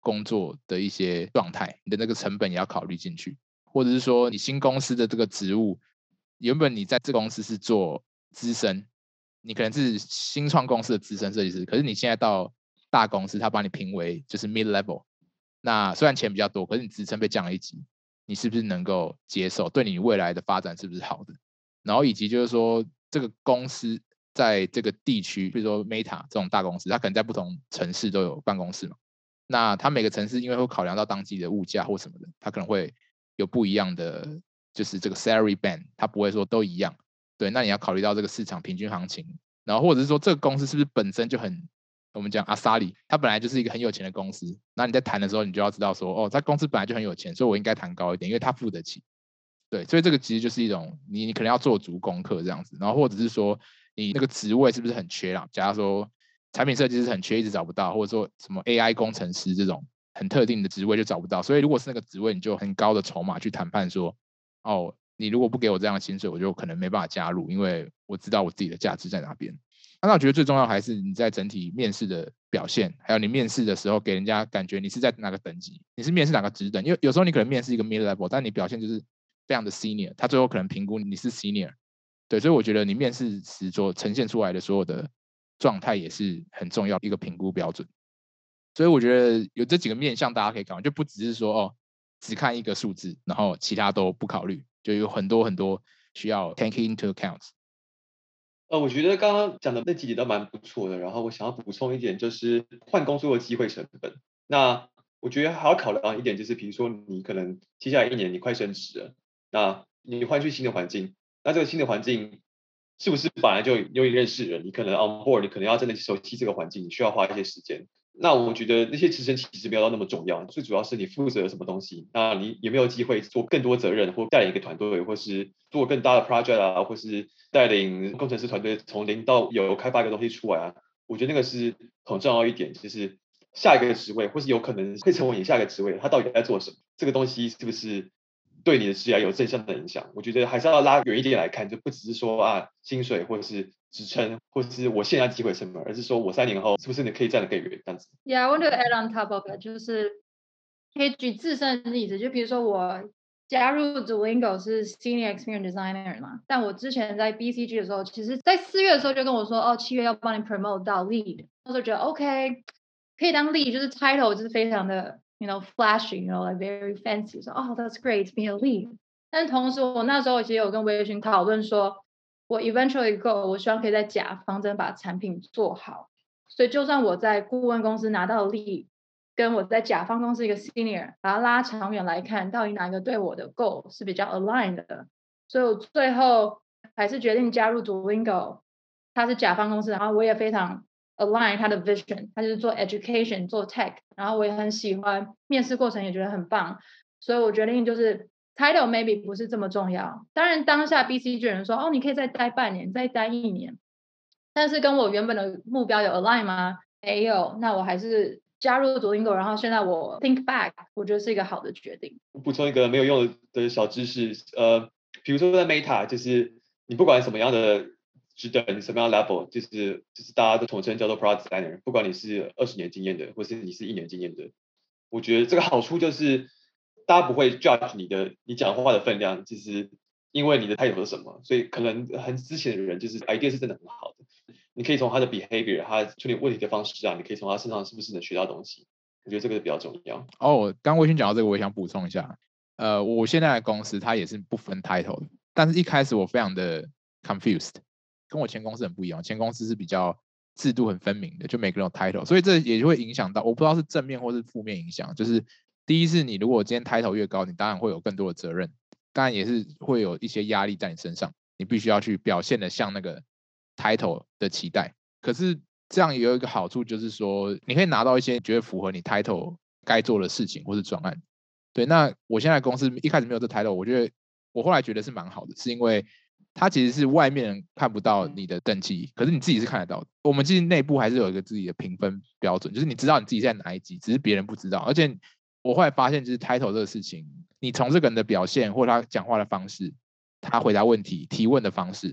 S1: 工作的一些状态，你的那个成本也要考虑进去，或者是说你新公司的这个职务，原本你在这个公司是做资深，你可能是新创公司的资深设计师，可是你现在到大公司，他把你评为就是 mid level， 那虽然钱比较多，可是你职称被降了一级，你是不是能够接受？对你未来的发展是不是好的？然后以及就是说这个公司在这个地区，比如说 Meta 这种大公司，它可能在不同城市都有办公室嘛。那它每个城市因为会考量到当地的物价或什么的，它可能会有不一样的，就是这个 salary band， 它不会说都一样。对，那你要考虑到这个市场平均行情，然后或者是说这个公司是不是本身就很，我们讲阿萨里，它本来就是一个很有钱的公司，那你在谈的时候，你就要知道说，哦，它公司本来就很有钱，所以我应该谈高一点，因为它付得起。对，所以这个其实就是一种你可能要做足功课这样子，然后或者是说你那个职位是不是很缺啦？假如说产品设计师很缺，一直找不到，或者说什么 AI 工程师这种很特定的职位就找不到，所以如果是那个职位，你就有很高的筹码去谈判说，哦，你如果不给我这样的薪水，我就可能没办法加入，因为我知道我自己的价值在哪边。那我觉得最重要还是你在整体面试的表现，还有你面试的时候给人家感觉你是在哪个等级，你是面试哪个职等，因为有时候你可能面试一个 mid level， 但你表现就是非常的 senior， 他最后可能评估你是 senior。对，所以我觉得你面试时所呈现出来的所有的状态也是很重要的一个评估标准。所以我觉得有这几个面向大家可以考虑，就不只是说哦只看一个数字，然后其他都不考虑，就有很多很多需要 take into account。
S3: 我觉得刚刚讲的那几点都蛮不错的，然后我想要补充一点，就是换工作的机会成本。那我觉得还要考量一点，就是比如说你可能接下来1年你快升职了，那你换去新的环境，那这个新的环境是不是本来就有你认识人？你可能 on board，你可能要真的熟悉这个环境，你需要花一些时间。那我觉得那些职称其实没有到那么重要，最主要是你负责什么东西，那你有没有机会做更多责任，或带领一个团队，或是做更大的 project 啊，或是带领工程师团队从零到有开发一个东西出来啊，我觉得那个是很重要一点，就是下一个职位，或是有可能会成为你下一个职位，他到底在做什么，这个东西是不是对你的职业有正向的影响？我觉得还是要拉远一点来看，就不只是说啊薪水或者是职称，或者是我现在机会什么，而是说我3年后是不是你可以站得更远这样子。
S2: Yeah, I want to add on top of it， 就是可以举自身的例子，就比如说我加入 Duolingo 是 Senior Experience Designer 嘛，但我之前在 BCG 的时候，其实在4月的时候就跟我说，哦，7月要帮你 promote 到 Lead， 那时候觉得 OK， 可以当 Lead， 就是 title 就是非常的 flashy， like very fancy， 说哦 that's great being a Lead。但同时我那时候其实有跟微群讨论说，我 eventually go， 我希望可以在甲方真把产品做好。所以就算我在顾问公司拿到的利益，跟我在甲方公司一个 senior， 把它拉长远来看，到底哪一个对我的 goal 是比较 aligned 的？所以我最后还是决定加入 Duolingo， 它是甲方公司，然后我也非常 align 它的 vision， 它就是做 education 做 tech， 然后我也很喜欢，面试过程也觉得很棒，所以我决定就是 title maybe 不是这么重要。当然当下 BCG 人说，哦，你可以再待半年，再待1年。但是跟我原本的目标有 align 吗？没有，那我还是加入 Duolingo， 然后现在我 think back， 我觉得是一个好的决定。
S3: 补充一个没有用的小知识，比如说在 Meta， 就是你不管什么样的职等，什么样的 level， 就是大家都统称叫做 product designer， 不管你是20年经验的，或是你是1年经验的，我觉得这个好处就是大家不会 judge 你讲话的分量，就是因为你的 title 是什么，所以可能很之前的人就是 idea 是真的很好的。你可以从他的 behavior， 他处理问题的方式啊，你可以从他身上是不是能学到东西？我觉得这个比较重要。
S1: 哦，刚魏勋讲到这个，我也想补充一下。我现在的公司它也是不分 title 的，但是一开始我非常的 confused， 跟我前公司很不一样。前公司是比较制度很分明的，就每个人有 title， 所以这也会影响到，我不知道是正面或是负面影响。就是第一是你如果今天 title 越高，你当然会有更多的责任，当然也是会有一些压力在你身上，你必须要去表现的像那个 title 的期待。可是这样也有一个好处，就是说你可以拿到一些觉得符合你 title 该做的事情或是专案。对，那我现在公司一开始没有这 title， 我觉得我后来觉得是蛮好的，是因为它其实是外面人看不到你的等级，可是你自己是看得到的。我们其实内部还是有一个自己的评分标准，就是你知道你自己在哪一级，只是别人不知道。而且我后来发现，就是 title 这个事情，你从这个人的表现或他讲话的方式，他回答问题、提问的方式，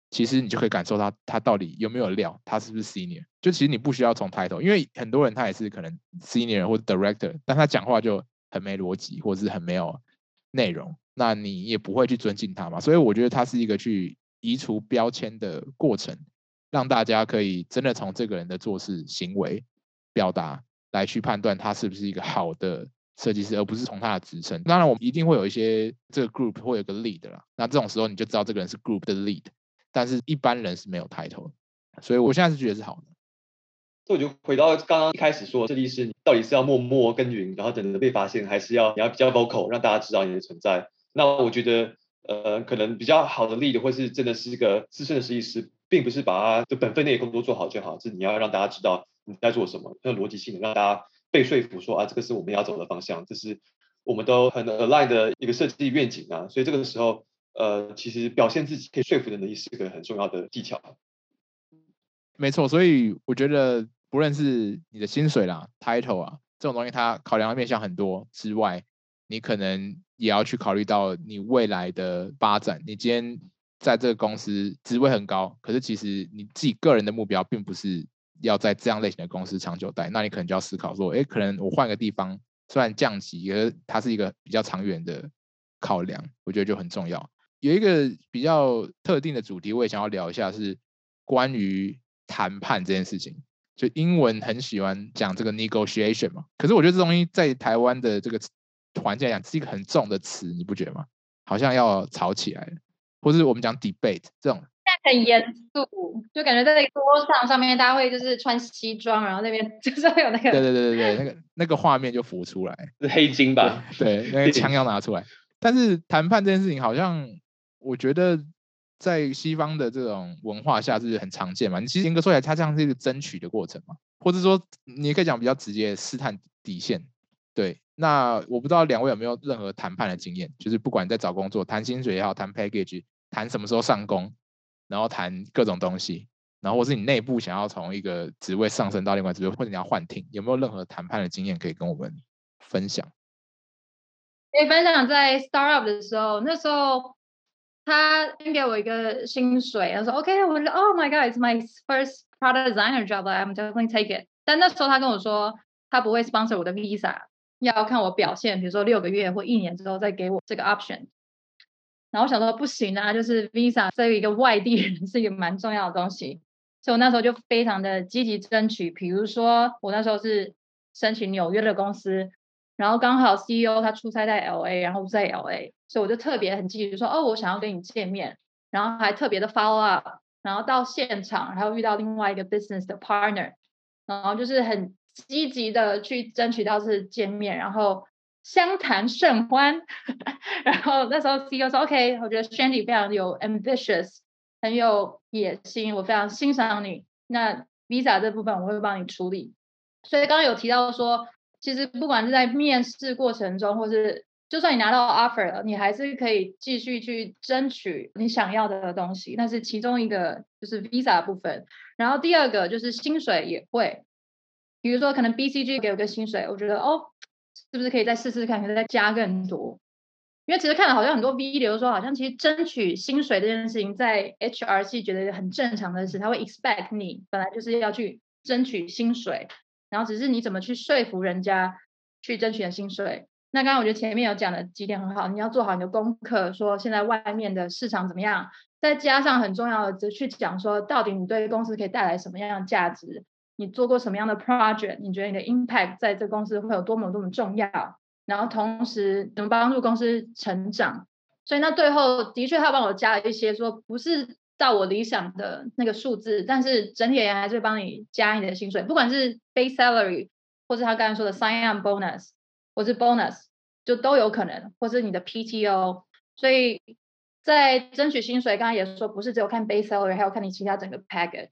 S1: 其实你就可以感受到他到底有没有料，他是不是 senior。就其实你不需要从 title， 因为很多人他也是可能 senior 或者 director， 但他讲话就很没逻辑，或者是很没有内容，那你也不会去尊敬他嘛。所以我觉得他是一个去移除标签的过程，让大家可以真的从这个人的做事行为表达来去判断他是不是一个好的设计师，而不是从他的职称。当然我们一定会有一些这个 group 会有个 lead 啦，那这种时候你就知道这个人是 group 的 lead， 但是一般人是没有 title 的，所以我现在是觉得是好的。
S3: 所以我就回到刚刚一开始说，设计师到底是要默默耕耘，然后等着被发现，还是你要比较 vocal， 让大家知道你的存在？那我觉得可能比较好的 lead 或是真的是一个资深的设计师，并不是把他的本分内的工作做好就好，是你要让大家知道你在做什么，很有逻辑性的，让大家被说服说这个是我们要走的方向，这是我们都很 align 的一个设计愿景啊。所以这个时候其实表现自己可以说服的能力是一个很重要的技巧。
S1: 没错，所以我觉得不论是你的薪水啦、title 啊这种东西，它考量的面向很多之外，你可能也要去考虑到你未来的发展。你今天在这个公司职位很高，可是其实你自己个人的目标并不是要在这样类型的公司长久待，那你可能就要思考说，可能我换个地方，虽然降级，可是它是一个比较长远的考量，我觉得就很重要。有一个比较特定的主题，我也想要聊一下，是关于谈判这件事情。就英文很喜欢讲这个 negotiation 嘛，可是我觉得这东西在台湾的这个环境来讲是一个很重的词，你不觉得吗？好像要吵起来了，或是我们讲 debate 这种，
S2: 很严肃，就感觉在桌上面大家会就是穿西装，然后那边就是会有那个
S1: 对，那个画面就浮出来，
S3: 是黑金吧？
S1: 对，那个枪要拿出来。但是谈判这件事情，好像我觉得在西方的这种文化下是很常见嘛。你其实严格说起来，它像是一个争取的过程嘛，或者说你也可以讲比较直接试探底线。对，那我不知道两位有没有任何谈判的经验，就是不管在找工作、谈薪水也好、谈 package、谈什么时候上工，然后谈各种东西，然后或是你内部想要从一个职位上升到另外职位，或者你要换厅，有没有任何谈判的经验可以跟我们分享？
S2: 可以分享在 startup 的时候，那时候他给我一个薪水，他说 OK， 我说 Oh my God，it's my first product designer job，I'm definitely take it。但那时候他跟我说，他不会 sponsor 我的 visa， 要看我表现，比如说6个月或1年之后再给我这个 option。然后我想说不行啊，就是 visa 对于一个外地人是一个蛮重要的东西，所以我那时候就非常的积极争取。比如说我那时候是申请纽约的公司，然后刚好 CEO 他出差在 LA， 然后我在 LA， 所以我就特别很积极说我想要跟你见面，然后还特别的 follow up， 然后到现场还有遇到另外一个 business 的 partner， 然后就是很积极的去争取到是见面，然后相谈甚欢。然后那时候 CEO 说 OK， 我觉得 Shandy 非常有 ambitious， 很有野心，我非常欣赏你，那 visa 这部分我会帮你处理。所以刚刚有提到说，其实不管是在面试过程中，或是就算你拿到 offer 了，你还是可以继续去争取你想要的东西。那是其中一个就是 visa 部分。然后第二个就是薪水也会，比如说可能 BCG 给我个薪水，我觉得是不是可以再试试看，可以再加更多。因为其实看了好像很多 video 说，好像其实争取薪水这件事情，在 HR 系觉得很正常的事，他会 expect 你本来就是要去争取薪水，然后只是你怎么去说服人家去争取的薪水。那刚刚我觉得前面有讲的几点很好，你要做好你的功课，说现在外面的市场怎么样，再加上很重要的去讲说，到底你对公司可以带来什么样的价值，你做过什么样的 project， 你觉得你的 impact 在这公司会有多么多么重要，然后同时能帮助公司成长。所以那最后的确他帮我加了一些说不是到我理想的那个数字，但是整体而言还是会帮你加你的薪水，不管是 base salary 或是他刚才说的 sign on bonus 或是 bonus 就都有可能，或是你的 PTO。 所以在争取薪水刚刚也说不是只有看 base salary， 还有看你其他整个 package。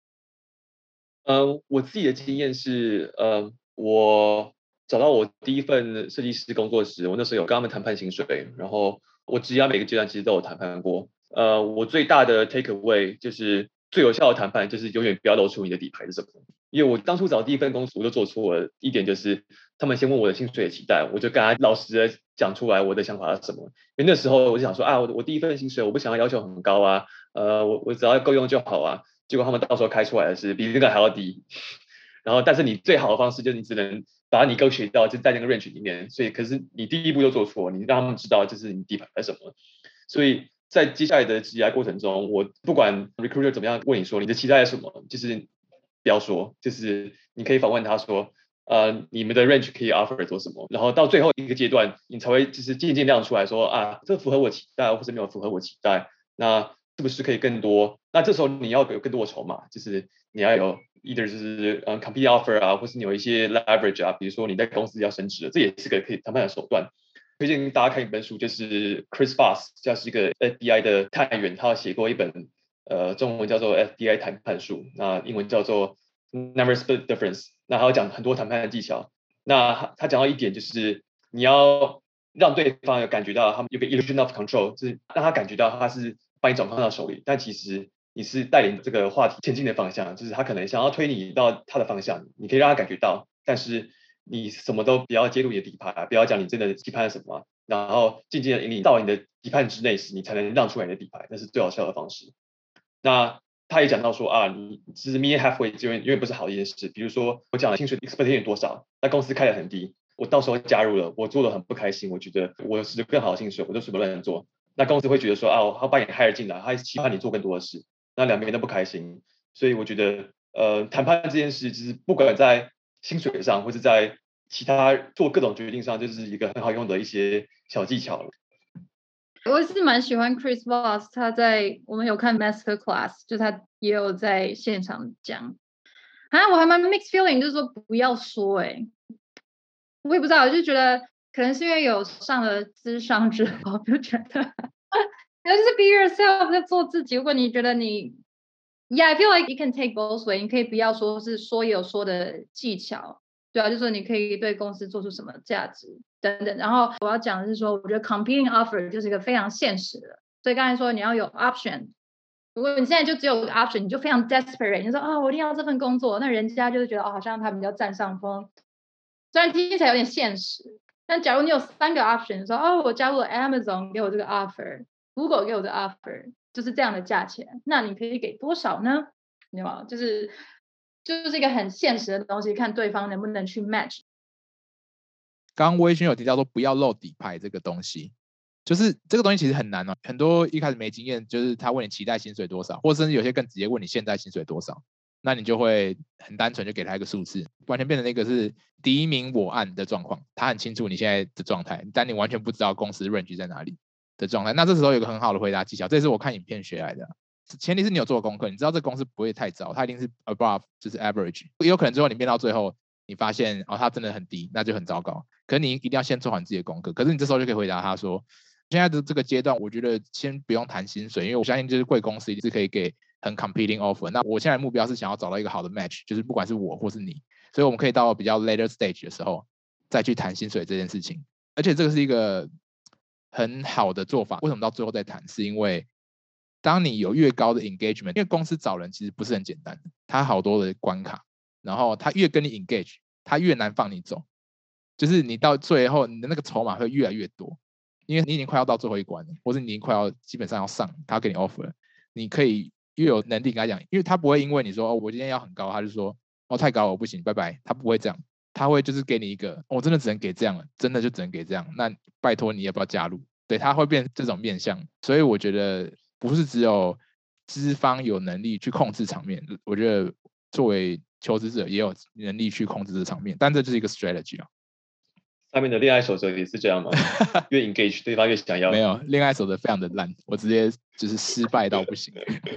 S3: 我自己的经验是我找到我第一份设计师工作时，我那时候有跟他们谈判薪水，然后我职涯每个阶段其实都有谈判过。我最大的 take away 就是最有效的谈判就是永远不要露出你的底牌是什么。因为我当初找第一份公司，我就做错了一点，就是他们先问我的薪水的期待，我就跟他老实的讲出来我的想法是什么。因为那时候我就想说我第一份薪水我不想要求很高啊， 我只要够用就好啊，结果他们到时候开出来的是比这个还要低，然后但是你最好的方式就是你只能把你勾学到就在那个 range 里面，所以可是你第一步就做错，你让他们知道就是你底牌是什么，所以在接下来的职涯过程中，我不管 recruiter 怎么样问你说你的期待是什么，就是不要说，就是你可以反问他说，你们的 range 可以 offer 做什么，然后到最后一个阶段，你才会就是渐渐亮出来说啊，这符合我期待，或者没有符合我期待，那是不是可以更多？那这时候你要有更多的筹码，就是你要有 either 就是compete offer 啊，或是你有一些 leverage 啊，比如说你在公司要升职了，这也是个可以谈判的手段。推荐大家看一本书，就是 Chris Voss， 这是一个 FBI 的探员，他写过一本中文叫做 FBI 谈判术，那英文叫做 Never Split Difference。那他有讲很多谈判的技巧。那他讲到一点就是你要让对方有感觉到他们有个 illusion of control， 就是让他感觉到他是把你掌控到手里，但其实你是带领这个话题前进的方向，就是他可能想要推你到他的方向，你可以让他感觉到，但是你什么都不要揭露你的底牌，不要讲你真的底盘是什么，然后渐渐的引领到你的底盘之内时，你才能让出来你的底牌，那是最有效的方式。那他也讲到说啊，你其实 meet halfway 就永远不是好一件事。比如说我讲的薪水 expectation 多少，那公司开的很低，我到时候加入了，我做的很不开心，我觉得我是更好的薪水，我就随便乱做。那公司会觉得说啊，我要把你 hire 进来，他期盼你做更多的事，那两边都不开心。所以我觉得谈判这件事，就是不管在薪水上，或是在其他做各种决定上，就是一个很好用的一些小技巧了。
S2: 我是蛮喜欢 Chris Voss， 我们有看 Master Class， 就他也有在现场讲。我还蛮 mixed feeling， 就是说不要说我也不知道，我就觉得可能是因为有上了諮商之后，就觉得就是 be yourself， 在做自己。如果你觉得I feel like you can take both way， 你可以不要说是说有说的技巧，对啊，就是说你可以对公司做出什么价值等等。然后我要讲的是说，我觉得 competing offer 就是一个非常现实的。所以刚才说你要有 option， 如果你现在就只有 option， 你就非常 desperate， 你说我一定要这份工作，那人家就是觉得好像他比较占上风。虽然听起来有点现实，但假如你有3个 option， 说我加入了 Amazon 给我这个 offer，Google 给我这个 offer， 就是这样的价钱，那你可以给多少呢？对吧？就是一个很现实的东西，看对方能不能去 match。
S1: 刚刚威勋有提到说不要漏底牌这个东西，就是这个东西其实很难哦。很多一开始没经验，就是他问你期待薪水多少，或甚至有些更直接问你现在薪水多少，那你就会很单纯就给他一个数字，完全变成那个是敌明我暗的状况。他很清楚你现在的状态，但你完全不知道公司 range 在哪里的状态。那这时候有个很好的回答技巧，这也是我看影片学来的。前提是你有做功课，你知道这公司不会太糟，它一定是 above 就是 average， 也有可能最后你变到最后你发现它真的很低，那就很糟糕。可是你一定要先做好你自己的功课。可是你这时候就可以回答他说，现在的这个阶段，我觉得先不用谈薪水，因为我相信就是贵公司一定是可以给很 competing offer。那我现在的目标是想要找到一个好的 match， 就是不管是我或是你，所以我们可以到比较 later stage 的时候再去谈薪水这件事情。而且这个是一个很好的做法。为什么到最后再谈？是因为当你有越高的 engagement， 因为公司找人其实不是很简单的，它好多的关卡，然后它越跟你 engage， 它越难放你走。就是你到最后你的那个筹码会越来越多，因为你已经快要到最后一关了，或者你已经快要基本上要上，他要给你 offer， 你可以越有能力跟他讲，因为他不会因为你说我今天要很高，他就说太高了我不行拜拜，他不会这样，他会就是给你一个真的只能给这样了，真的就只能给这样，那拜托你要不要加入？对，他会变这种面向。所以我觉得不是只有资方有能力去控制场面，我觉得作为求职者也有能力去控制这场面，但这就是一个 strategy 啊。
S3: 上面的恋爱守则也是这样吗？越 engage 对方越想要。
S1: 没有，恋爱守则非常的烂，我直接就是失败到不行。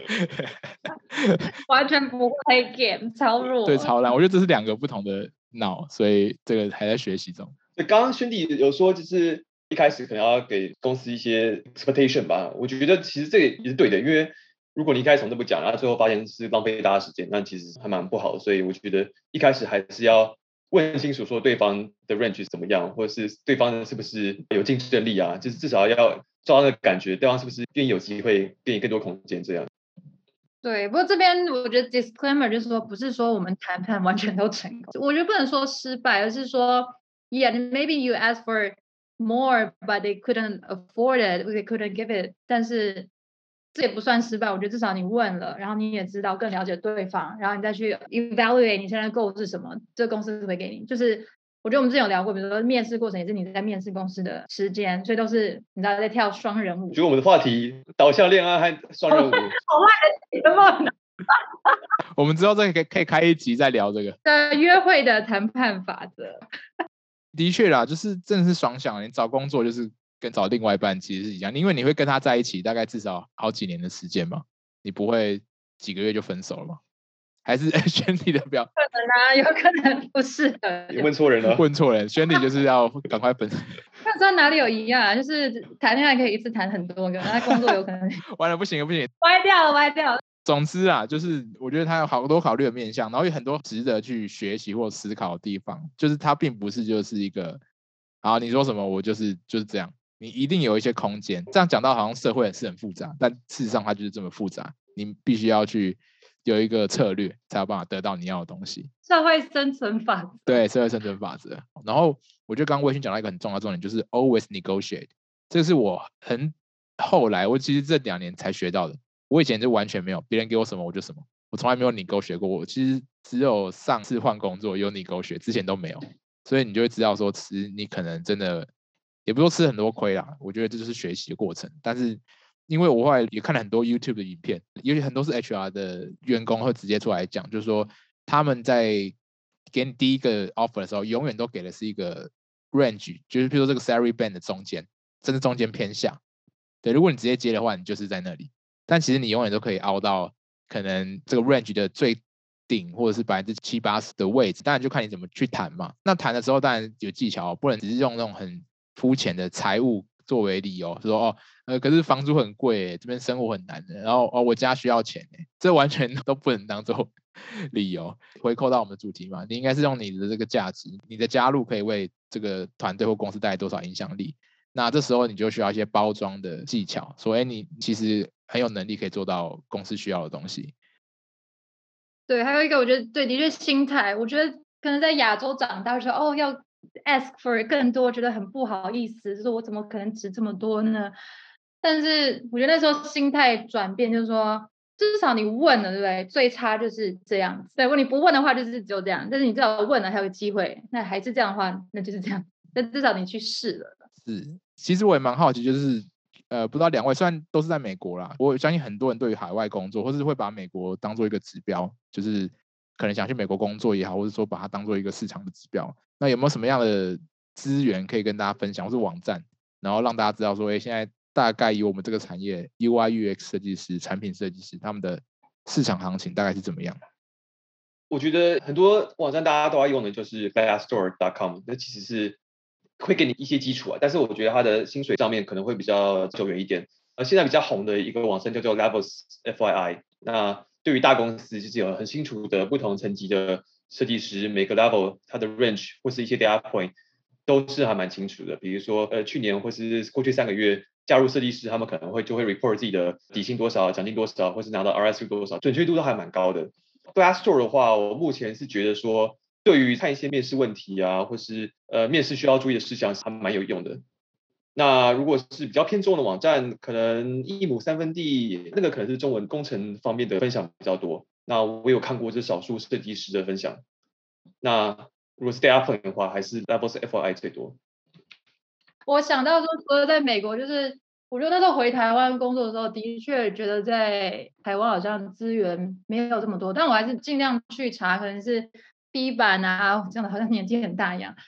S2: 完全不会 game， 超弱。
S1: 对，超烂。我觉得这是2个不同的脑，所以这个还在学习中。
S3: 刚刚轩弟有说，就是一开始可能要给公司一些 expectation 吧。我觉得其实这个也是对的，因为如果你一开始从这不讲，然后最后发现是浪费大家时间，那其实还蛮不好的。所以我觉得一开始还是要问清楚说对方的 range 是怎么样，或者是对方是不是有竞争力啊，就是至少要抓那个感觉，对方是不是愿意有机会给你更多空间这样。
S2: 对，不过这边我觉得 disclaimer 就是说，不是说我们谈判完全都成功，我觉得不能说失败，而是说 yeah maybe you ask for more but they couldn't afford it, they couldn't give it， 但是这也不算失败，我觉得至少你问了，然后你也知道更了解对方，然后你再去 evaluate 你现在的 goal 是什么，这个公司会给你。就是我觉得我们之前有聊过，比如说面试过程也是你在面试公司的时间，所以都是你知道在跳双人舞。
S3: 我觉得我们的话题导向恋爱和双人舞，
S2: 好烂的节目。
S1: 我们之后再可以开一集再聊这个。
S2: 约会的谈判法则。
S1: 的确啦，就是真的是双向，你找工作就是跟找另外一半其实是一样，因为你会跟他在一起大概至少好几年的时间嘛，你不会几个月就分手了嘛？还是轩弟的表？
S2: 可能啊，有可能不是的。
S3: 你问错人了。
S1: 问错人，轩弟就是要赶快分。
S2: 那知道哪里有一样啊？就是谈恋爱可以一次谈很多个，那工作有可能
S1: 完了不行不行，
S2: 歪掉了歪掉了。
S1: 总之啊，就是我觉得他有好多考虑的面向，然后有很多值得去学习或思考的地方。就是他并不是就是一个，好你说什么我就是这样，你一定有一些空间。这样讲到好像社会是很复杂，但事实上它就是这么复杂，你必须要去有一个策略，才有办法得到你要的东西。
S2: 社会生存法则。
S1: 对，社会生存法则。然后我觉得刚刚魏勋讲到一个很重要的重点，就是 always negotiate。这是我很后来，我其实这2年才学到的。我以前就完全没有，别人给我什么我就什么，我从来没有negotiate过。我其实只有上次换工作有negotiate，之前都没有。所以你就会知道说，其实你可能真的也不说吃很多亏啦。我觉得这就是学习的过程。但是因为我后来也看了很多 YouTube 的影片，尤其很多是 HR 的员工会直接出来讲，就是说他们在给你第一个 offer 的时候，永远都给的是一个 range， 就是比如说这个 salary band 的中间，甚至中间偏下。对，如果你直接接的话，你就是在那里。但其实你永远都可以凹到可能这个 range 的最顶，或者是70%-80%的位置。当然就看你怎么去谈嘛。那谈的时候当然有技巧，不能只是用那种很肤浅的财务作为理由，说可是房租很贵，这边生活很难的，然后我家需要钱，这完全都不能当做理由。回扣到我们的主题嘛，你应该是用你的这个价值，你的加入可以为这个团队或公司带来多少影响力。那这时候你就需要一些包装的技巧，说你其实很有能力可以做到公司需要的东西。
S2: 对，还有一个我觉得对，的确心态，我觉得可能在亚洲长大的时候，要 ask for 更多，觉得很不好意思，就是我怎么可能值这么多呢？但是我觉得那时候心态转变，就是说至少你问了，对不对？最差就是这样子。对，如果你不问的话，就是只有这样。但是你至少问了，还有个机会。那还是这样的话，那就是这样。但至少你去试了。
S1: 是，其实我也蛮好奇，就是不知道2位虽然都是在美国啦，我相信很多人对于海外工作，或是会把美国当做一个指标，就是可能想去美国工作也好，或者说把它当做一个市场的指标。那有没有什么样的资源可以跟大家分享，或是网站，然后让大家知道说，现在大概以我们这个产业 UI/UX 设计师、产品设计师他们的市场行情大概是怎么样？
S3: 我觉得很多网站大家都要用的就是 glassdoor.com， 那其实是会给你一些基础啊，但是我觉得它的薪水上面可能会比较久远一点。现在比较红的一个网站叫做 Levels FYI， 那对于大公司就是有很清楚的不同层级的设计师，每个 level 它的 range 或是一些 data point 都是还蛮清楚的。比如说去年或是过去3个月加入设计师，他们可能就会 report 自己的底薪多少、奖金多少，或是拿到 RSU 多少，准确度都还蛮高的。Glassdoor 的话，我目前是觉得说，对于看一些面试问题啊，或是面试需要注意的事项，还蛮有用的。那如果是比较偏重的网站，可能一亩三分地，那个可能是中文工程方面的分享比较多。那我有看过这少数设计师的分享。那如果是 data point 的话，还是 Levels FYI 最多。
S2: 我想到说，除了在美国，就是我觉得那时候回台湾工作的时候，的确觉得在台湾好像资源没有这么多，但我还是尽量去查，可能是 B 版啊，这样的好像年纪很大一样，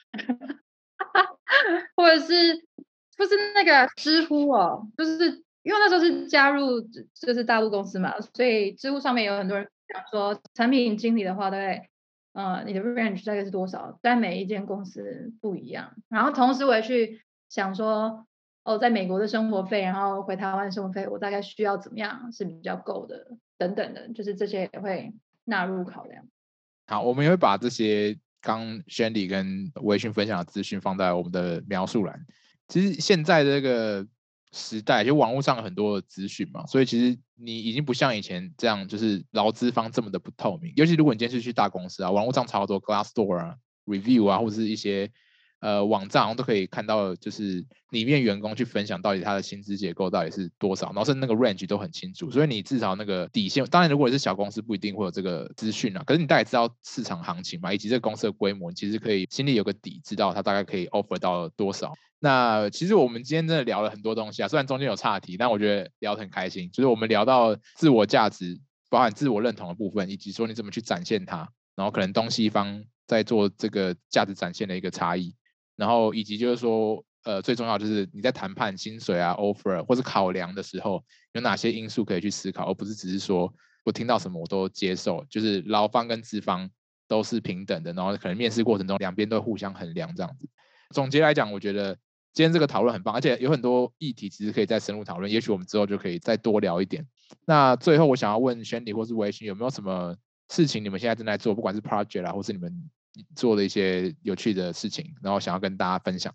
S2: 或者是那个知乎哦，就是因为那时候是加入就是大陆公司嘛，所以知乎上面有很多人讲说，产品经理的话，大概你的 range 大概是多少？但每一间公司不一样。然后同时我也去想说，在美国的生活费，然后回台湾的生活费，我大概需要怎么样是比较够的，等等的，就是这些也会纳入考量。
S1: 好，我们也会把这些刚 Shandy 跟微讯分享的资讯放在我们的描述栏。其实现在这个时代，就网络上有很多的资讯嘛，所以其实你已经不像以前这样，就是劳资方这么的不透明。尤其如果你今天是去大公司啊，网络上超多 Glassdoor 啊、Review 啊，或者是一些网站好像都可以看到，就是里面员工去分享到底他的薪资结构到底是多少，然后甚至那个 range 都很清楚，所以你至少那个底线，当然如果你是小公司不一定会有这个资讯啊，可是你大概知道市场行情嘛，以及这个公司的规模，你其实可以心里有个底，知道它大概可以 offer 到多少。那其实我们今天真的聊了很多东西啊，虽然中间有岔题，但我觉得聊得很开心，就是我们聊到自我价值，包含自我认同的部分，以及说你怎么去展现它，然后可能东西方在做这个价值展现的一个差异，然后以及就是说最重要就是你在谈判薪水啊 offer 或是考量的时候，有哪些因素可以去思考，而不是只是说我听到什么我都接受，就是劳方跟资方都是平等的，然后可能面试过程中两边都互相衡量这样子。总结来讲，我觉得今天这个讨论很棒，而且有很多议题其实可以再深入讨论，也许我们之后就可以再多聊一点。那最后我想要问 Shandy 或是微鑫，有没有什么事情你们现在正在做，不管是 project 啊，或是你们做的一些有趣的事情，然后想要跟大家分享。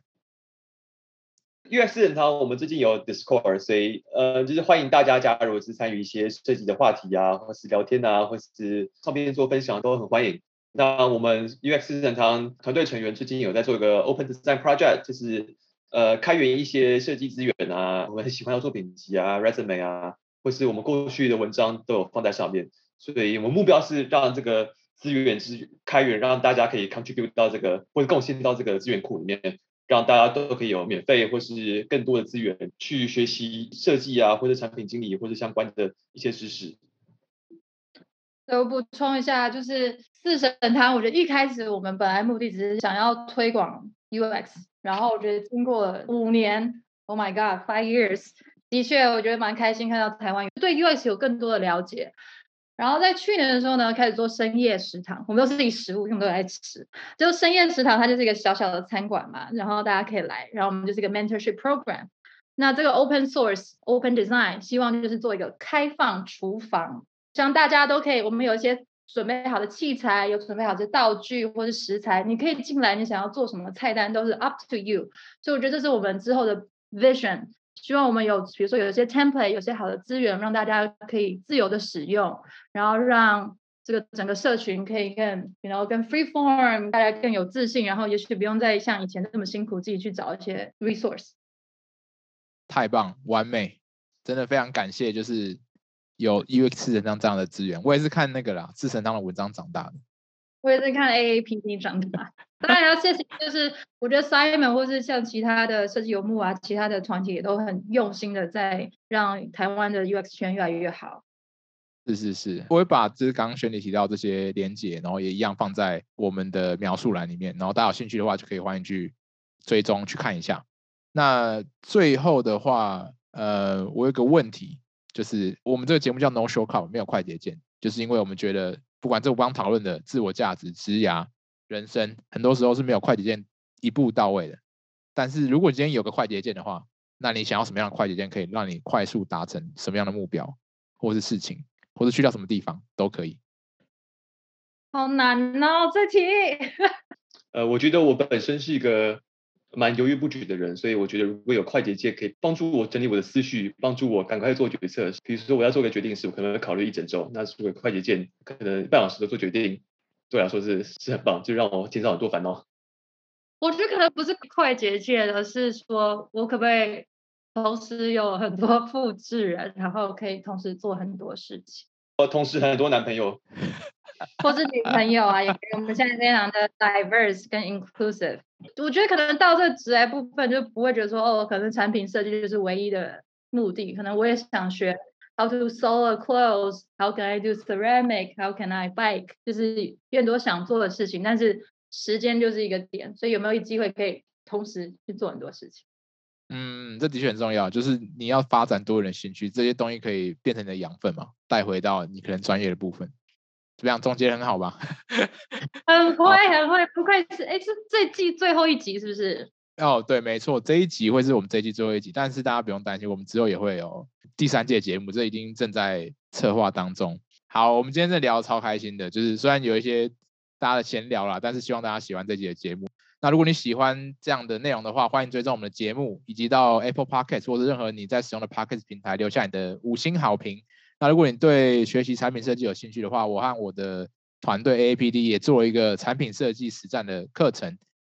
S3: UX 人堂我们最近有 Discord， 所以就是欢迎大家加入，是参与一些设计的话题啊，或是聊天啊，或是上面做分享都很欢迎。那我们 UX 人堂团队成员最近有在做一个 Open Design Project， 就是开源一些设计资源啊，我们很喜欢的作品集啊、resume 啊，或是我们过去的文章都有放在上面。所以我们目标是让这个资源是开源，让大家可以 contribute 到这个或者贡献到这个资源库里面，让大家都可以有免费或是更多的资源去学习设计啊，或者产品经理或者相关的一些知识。
S2: 我补充一下，就是四神汤，我觉得一开始我们本来目的只是想要推广 UX， 然后我觉得经过了5年 ，Oh my God，5 years， 的确我觉得蛮开心看到台湾对 UX 有更多的了解。然后在去年的时候呢，开始做深夜食堂，我们都是以食物，我们都来吃。就深夜食堂，它就是一个小小的餐馆嘛，然后大家可以来，然后我们就是一个 mentorship program。那这个 open source、open design， 希望就是做一个开放厨房。像大家都可以，我们有一些准备好的器材，有准备好的道具或是食材，你可以进来，你想要做什么菜单都是 up to you。所以我觉得这是我们之后的 vision， 希望我们有，比如说有一些 template， 有些好的资源，让大家可以自由的使用，然后让这个整个社群可以更更 free form， 大家更有自信，然后也许不用再像以前这么辛苦自己去找一些 resource。
S1: 太棒，完美，真的非常感谢，就是有 UX 人堂这样的资源，我也是看那个啦，志成堂的文章长大的。
S2: 我也是看 AAPD 长大，当然要谢谢，就是我觉得 Simon 或是像其他的设计游牧啊，其他的团体也都很用心的在让台湾的 UX 圈越来越好。
S1: 是，我会把就是刚刚Shandy提到这些连结，然后也一样放在我们的描述栏里面，然后大家有兴趣的话就可以欢迎去追踪去看一下。那最后的话，我有一个问题，就是我们这个节目叫 No Shortcut， 没有快捷键，就是因为我们觉得不管这我刚讨论的自我价值、职涯、人生，很多时候是没有快捷键一步到位的。但是如果今天有个快捷键的话，那你想要什么样的快捷键可以让你快速达成什么样的目标，或是事情，或是去到什么地方都可以。
S2: 好难哦，这题。
S3: 我觉得我本身是一个蛮犹豫不决的人，所以我觉得如果有快捷键可以帮助我整理我的思绪，帮助我赶快做决策。比如说我要做个决定时，我可能会考虑1整周，那如果快捷键可能半小时的做决定，对我来说是很棒，就让我减少很多烦恼。
S2: 我觉得可能不是快捷键，而是说我可不可以同时有很多复制人，然后可以同时做很多事情。
S3: 同时很多男朋友，
S2: 或是女朋友啊，也可以。我们现在非常的 diverse 跟 inclusive。我觉得可能到这个职业部分就不会觉得说哦，可能产品设计就是唯一的目的。可能我也想学 how to sew a clothes, how can I do ceramic, how can I bike， 就是越多想做的事情，但是时间就是一个点，所以有没有机会可以同时去做很多事情？
S1: 这的确很重要，就是你要发展多人兴趣，这些东西可以变成你的养分嘛，带回到你可能专业的部分。怎么样？总结很好吧？
S2: 很会，不愧是是这季最后一集是不是？
S1: 哦，对，没错，这一集会是我们这一季最后一集，但是大家不用担心，我们之后也会有第3届节目，这已经正在策划当中。好，我们今天在聊超开心的，就是虽然有一些大家的闲聊啦，但是希望大家喜欢这集的节目。那如果你喜欢这样的内容的话，欢迎追踪我们的节目，以及到 Apple Podcast 或者任何你在使用的 Podcast 平台留下你的5星好评。那如果你对学习产品设计有兴趣的话，我和我的团队 AAPD 也做了一个产品设计实战的课程，然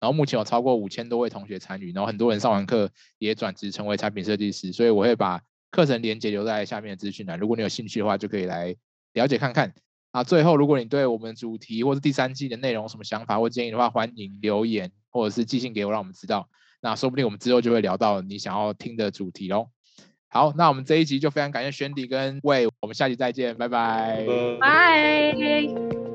S1: 然后目前有超过5000多位同学参与，然后很多人上完课也转职成为产品设计师，所以我会把课程连结留在下面的资讯栏，如果你有兴趣的话就可以来了解看看。最后如果你对我们主题或是第3季的内容有什么想法或建议的话，欢迎留言或者是寄信给我让我们知道，那说不定我们之后就会聊到你想要听的主题咯。好，那我们这一集就非常感谢Shandy跟Wei，我们下集再见，拜拜。
S2: 拜。